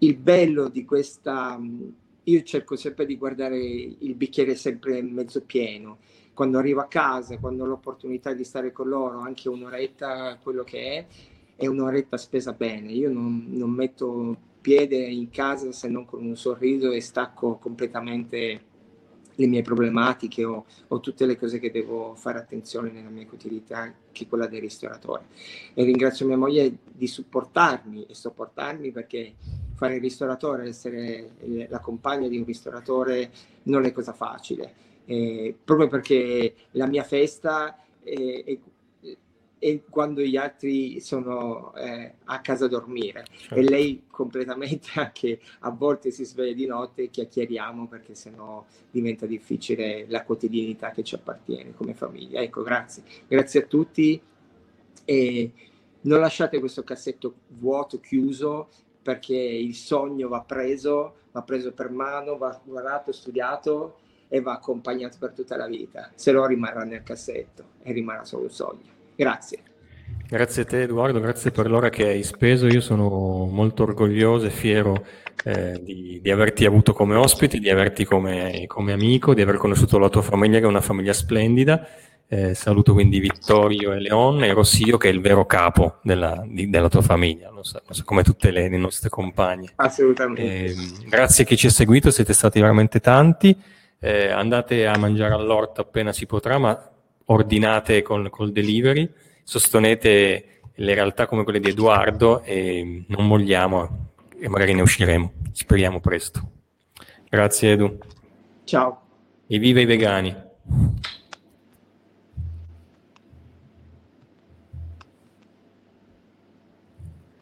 il bello di questa, io cerco sempre di guardare il bicchiere sempre mezzo pieno, quando arrivo a casa, quando ho l'opportunità di stare con loro, anche un'oretta, quello che è, è un'oretta spesa bene. Io non, non metto piede in casa se non con un sorriso e stacco completamente le mie problematiche o, o tutte le cose che devo fare attenzione nella mia quotidianità, che è quella del ristoratore. E ringrazio mia moglie di supportarmi e sopportarmi, perché fare il ristoratore, essere la compagna di un ristoratore non è cosa facile, eh, proprio perché la mia festa è, è, è quando gli altri sono eh, a casa a dormire, certo. E lei completamente, anche a volte si sveglia di notte e chiacchieriamo, perché sennò diventa difficile la quotidianità che ci appartiene come famiglia. Ecco, grazie. Grazie a tutti, e non lasciate questo cassetto vuoto, chiuso, perché il sogno va preso, va preso per mano, va guardato, studiato e va accompagnato per tutta la vita. Se no rimarrà nel cassetto e rimarrà solo un sogno. Grazie. Grazie a te, Edoardo, grazie per l'ora che hai speso. Io sono molto orgoglioso e fiero eh, di, di averti avuto come ospite, di averti come, come amico, di aver conosciuto la tua famiglia, che è una famiglia splendida. Eh, saluto quindi Vittorio e Leon e Rossio, che è il vero capo della, di, della tua famiglia, non so, non so, come tutte le, le nostre compagne. Assolutamente. Eh, grazie a chi ci ha seguito, siete stati veramente tanti. Eh, andate a mangiare all'orto appena si potrà, ma ordinate col, col delivery, sostenete le realtà come quelle di Edoardo e non molliamo, e magari ne usciremo, speriamo presto. Grazie Edu. Ciao. E viva i vegani.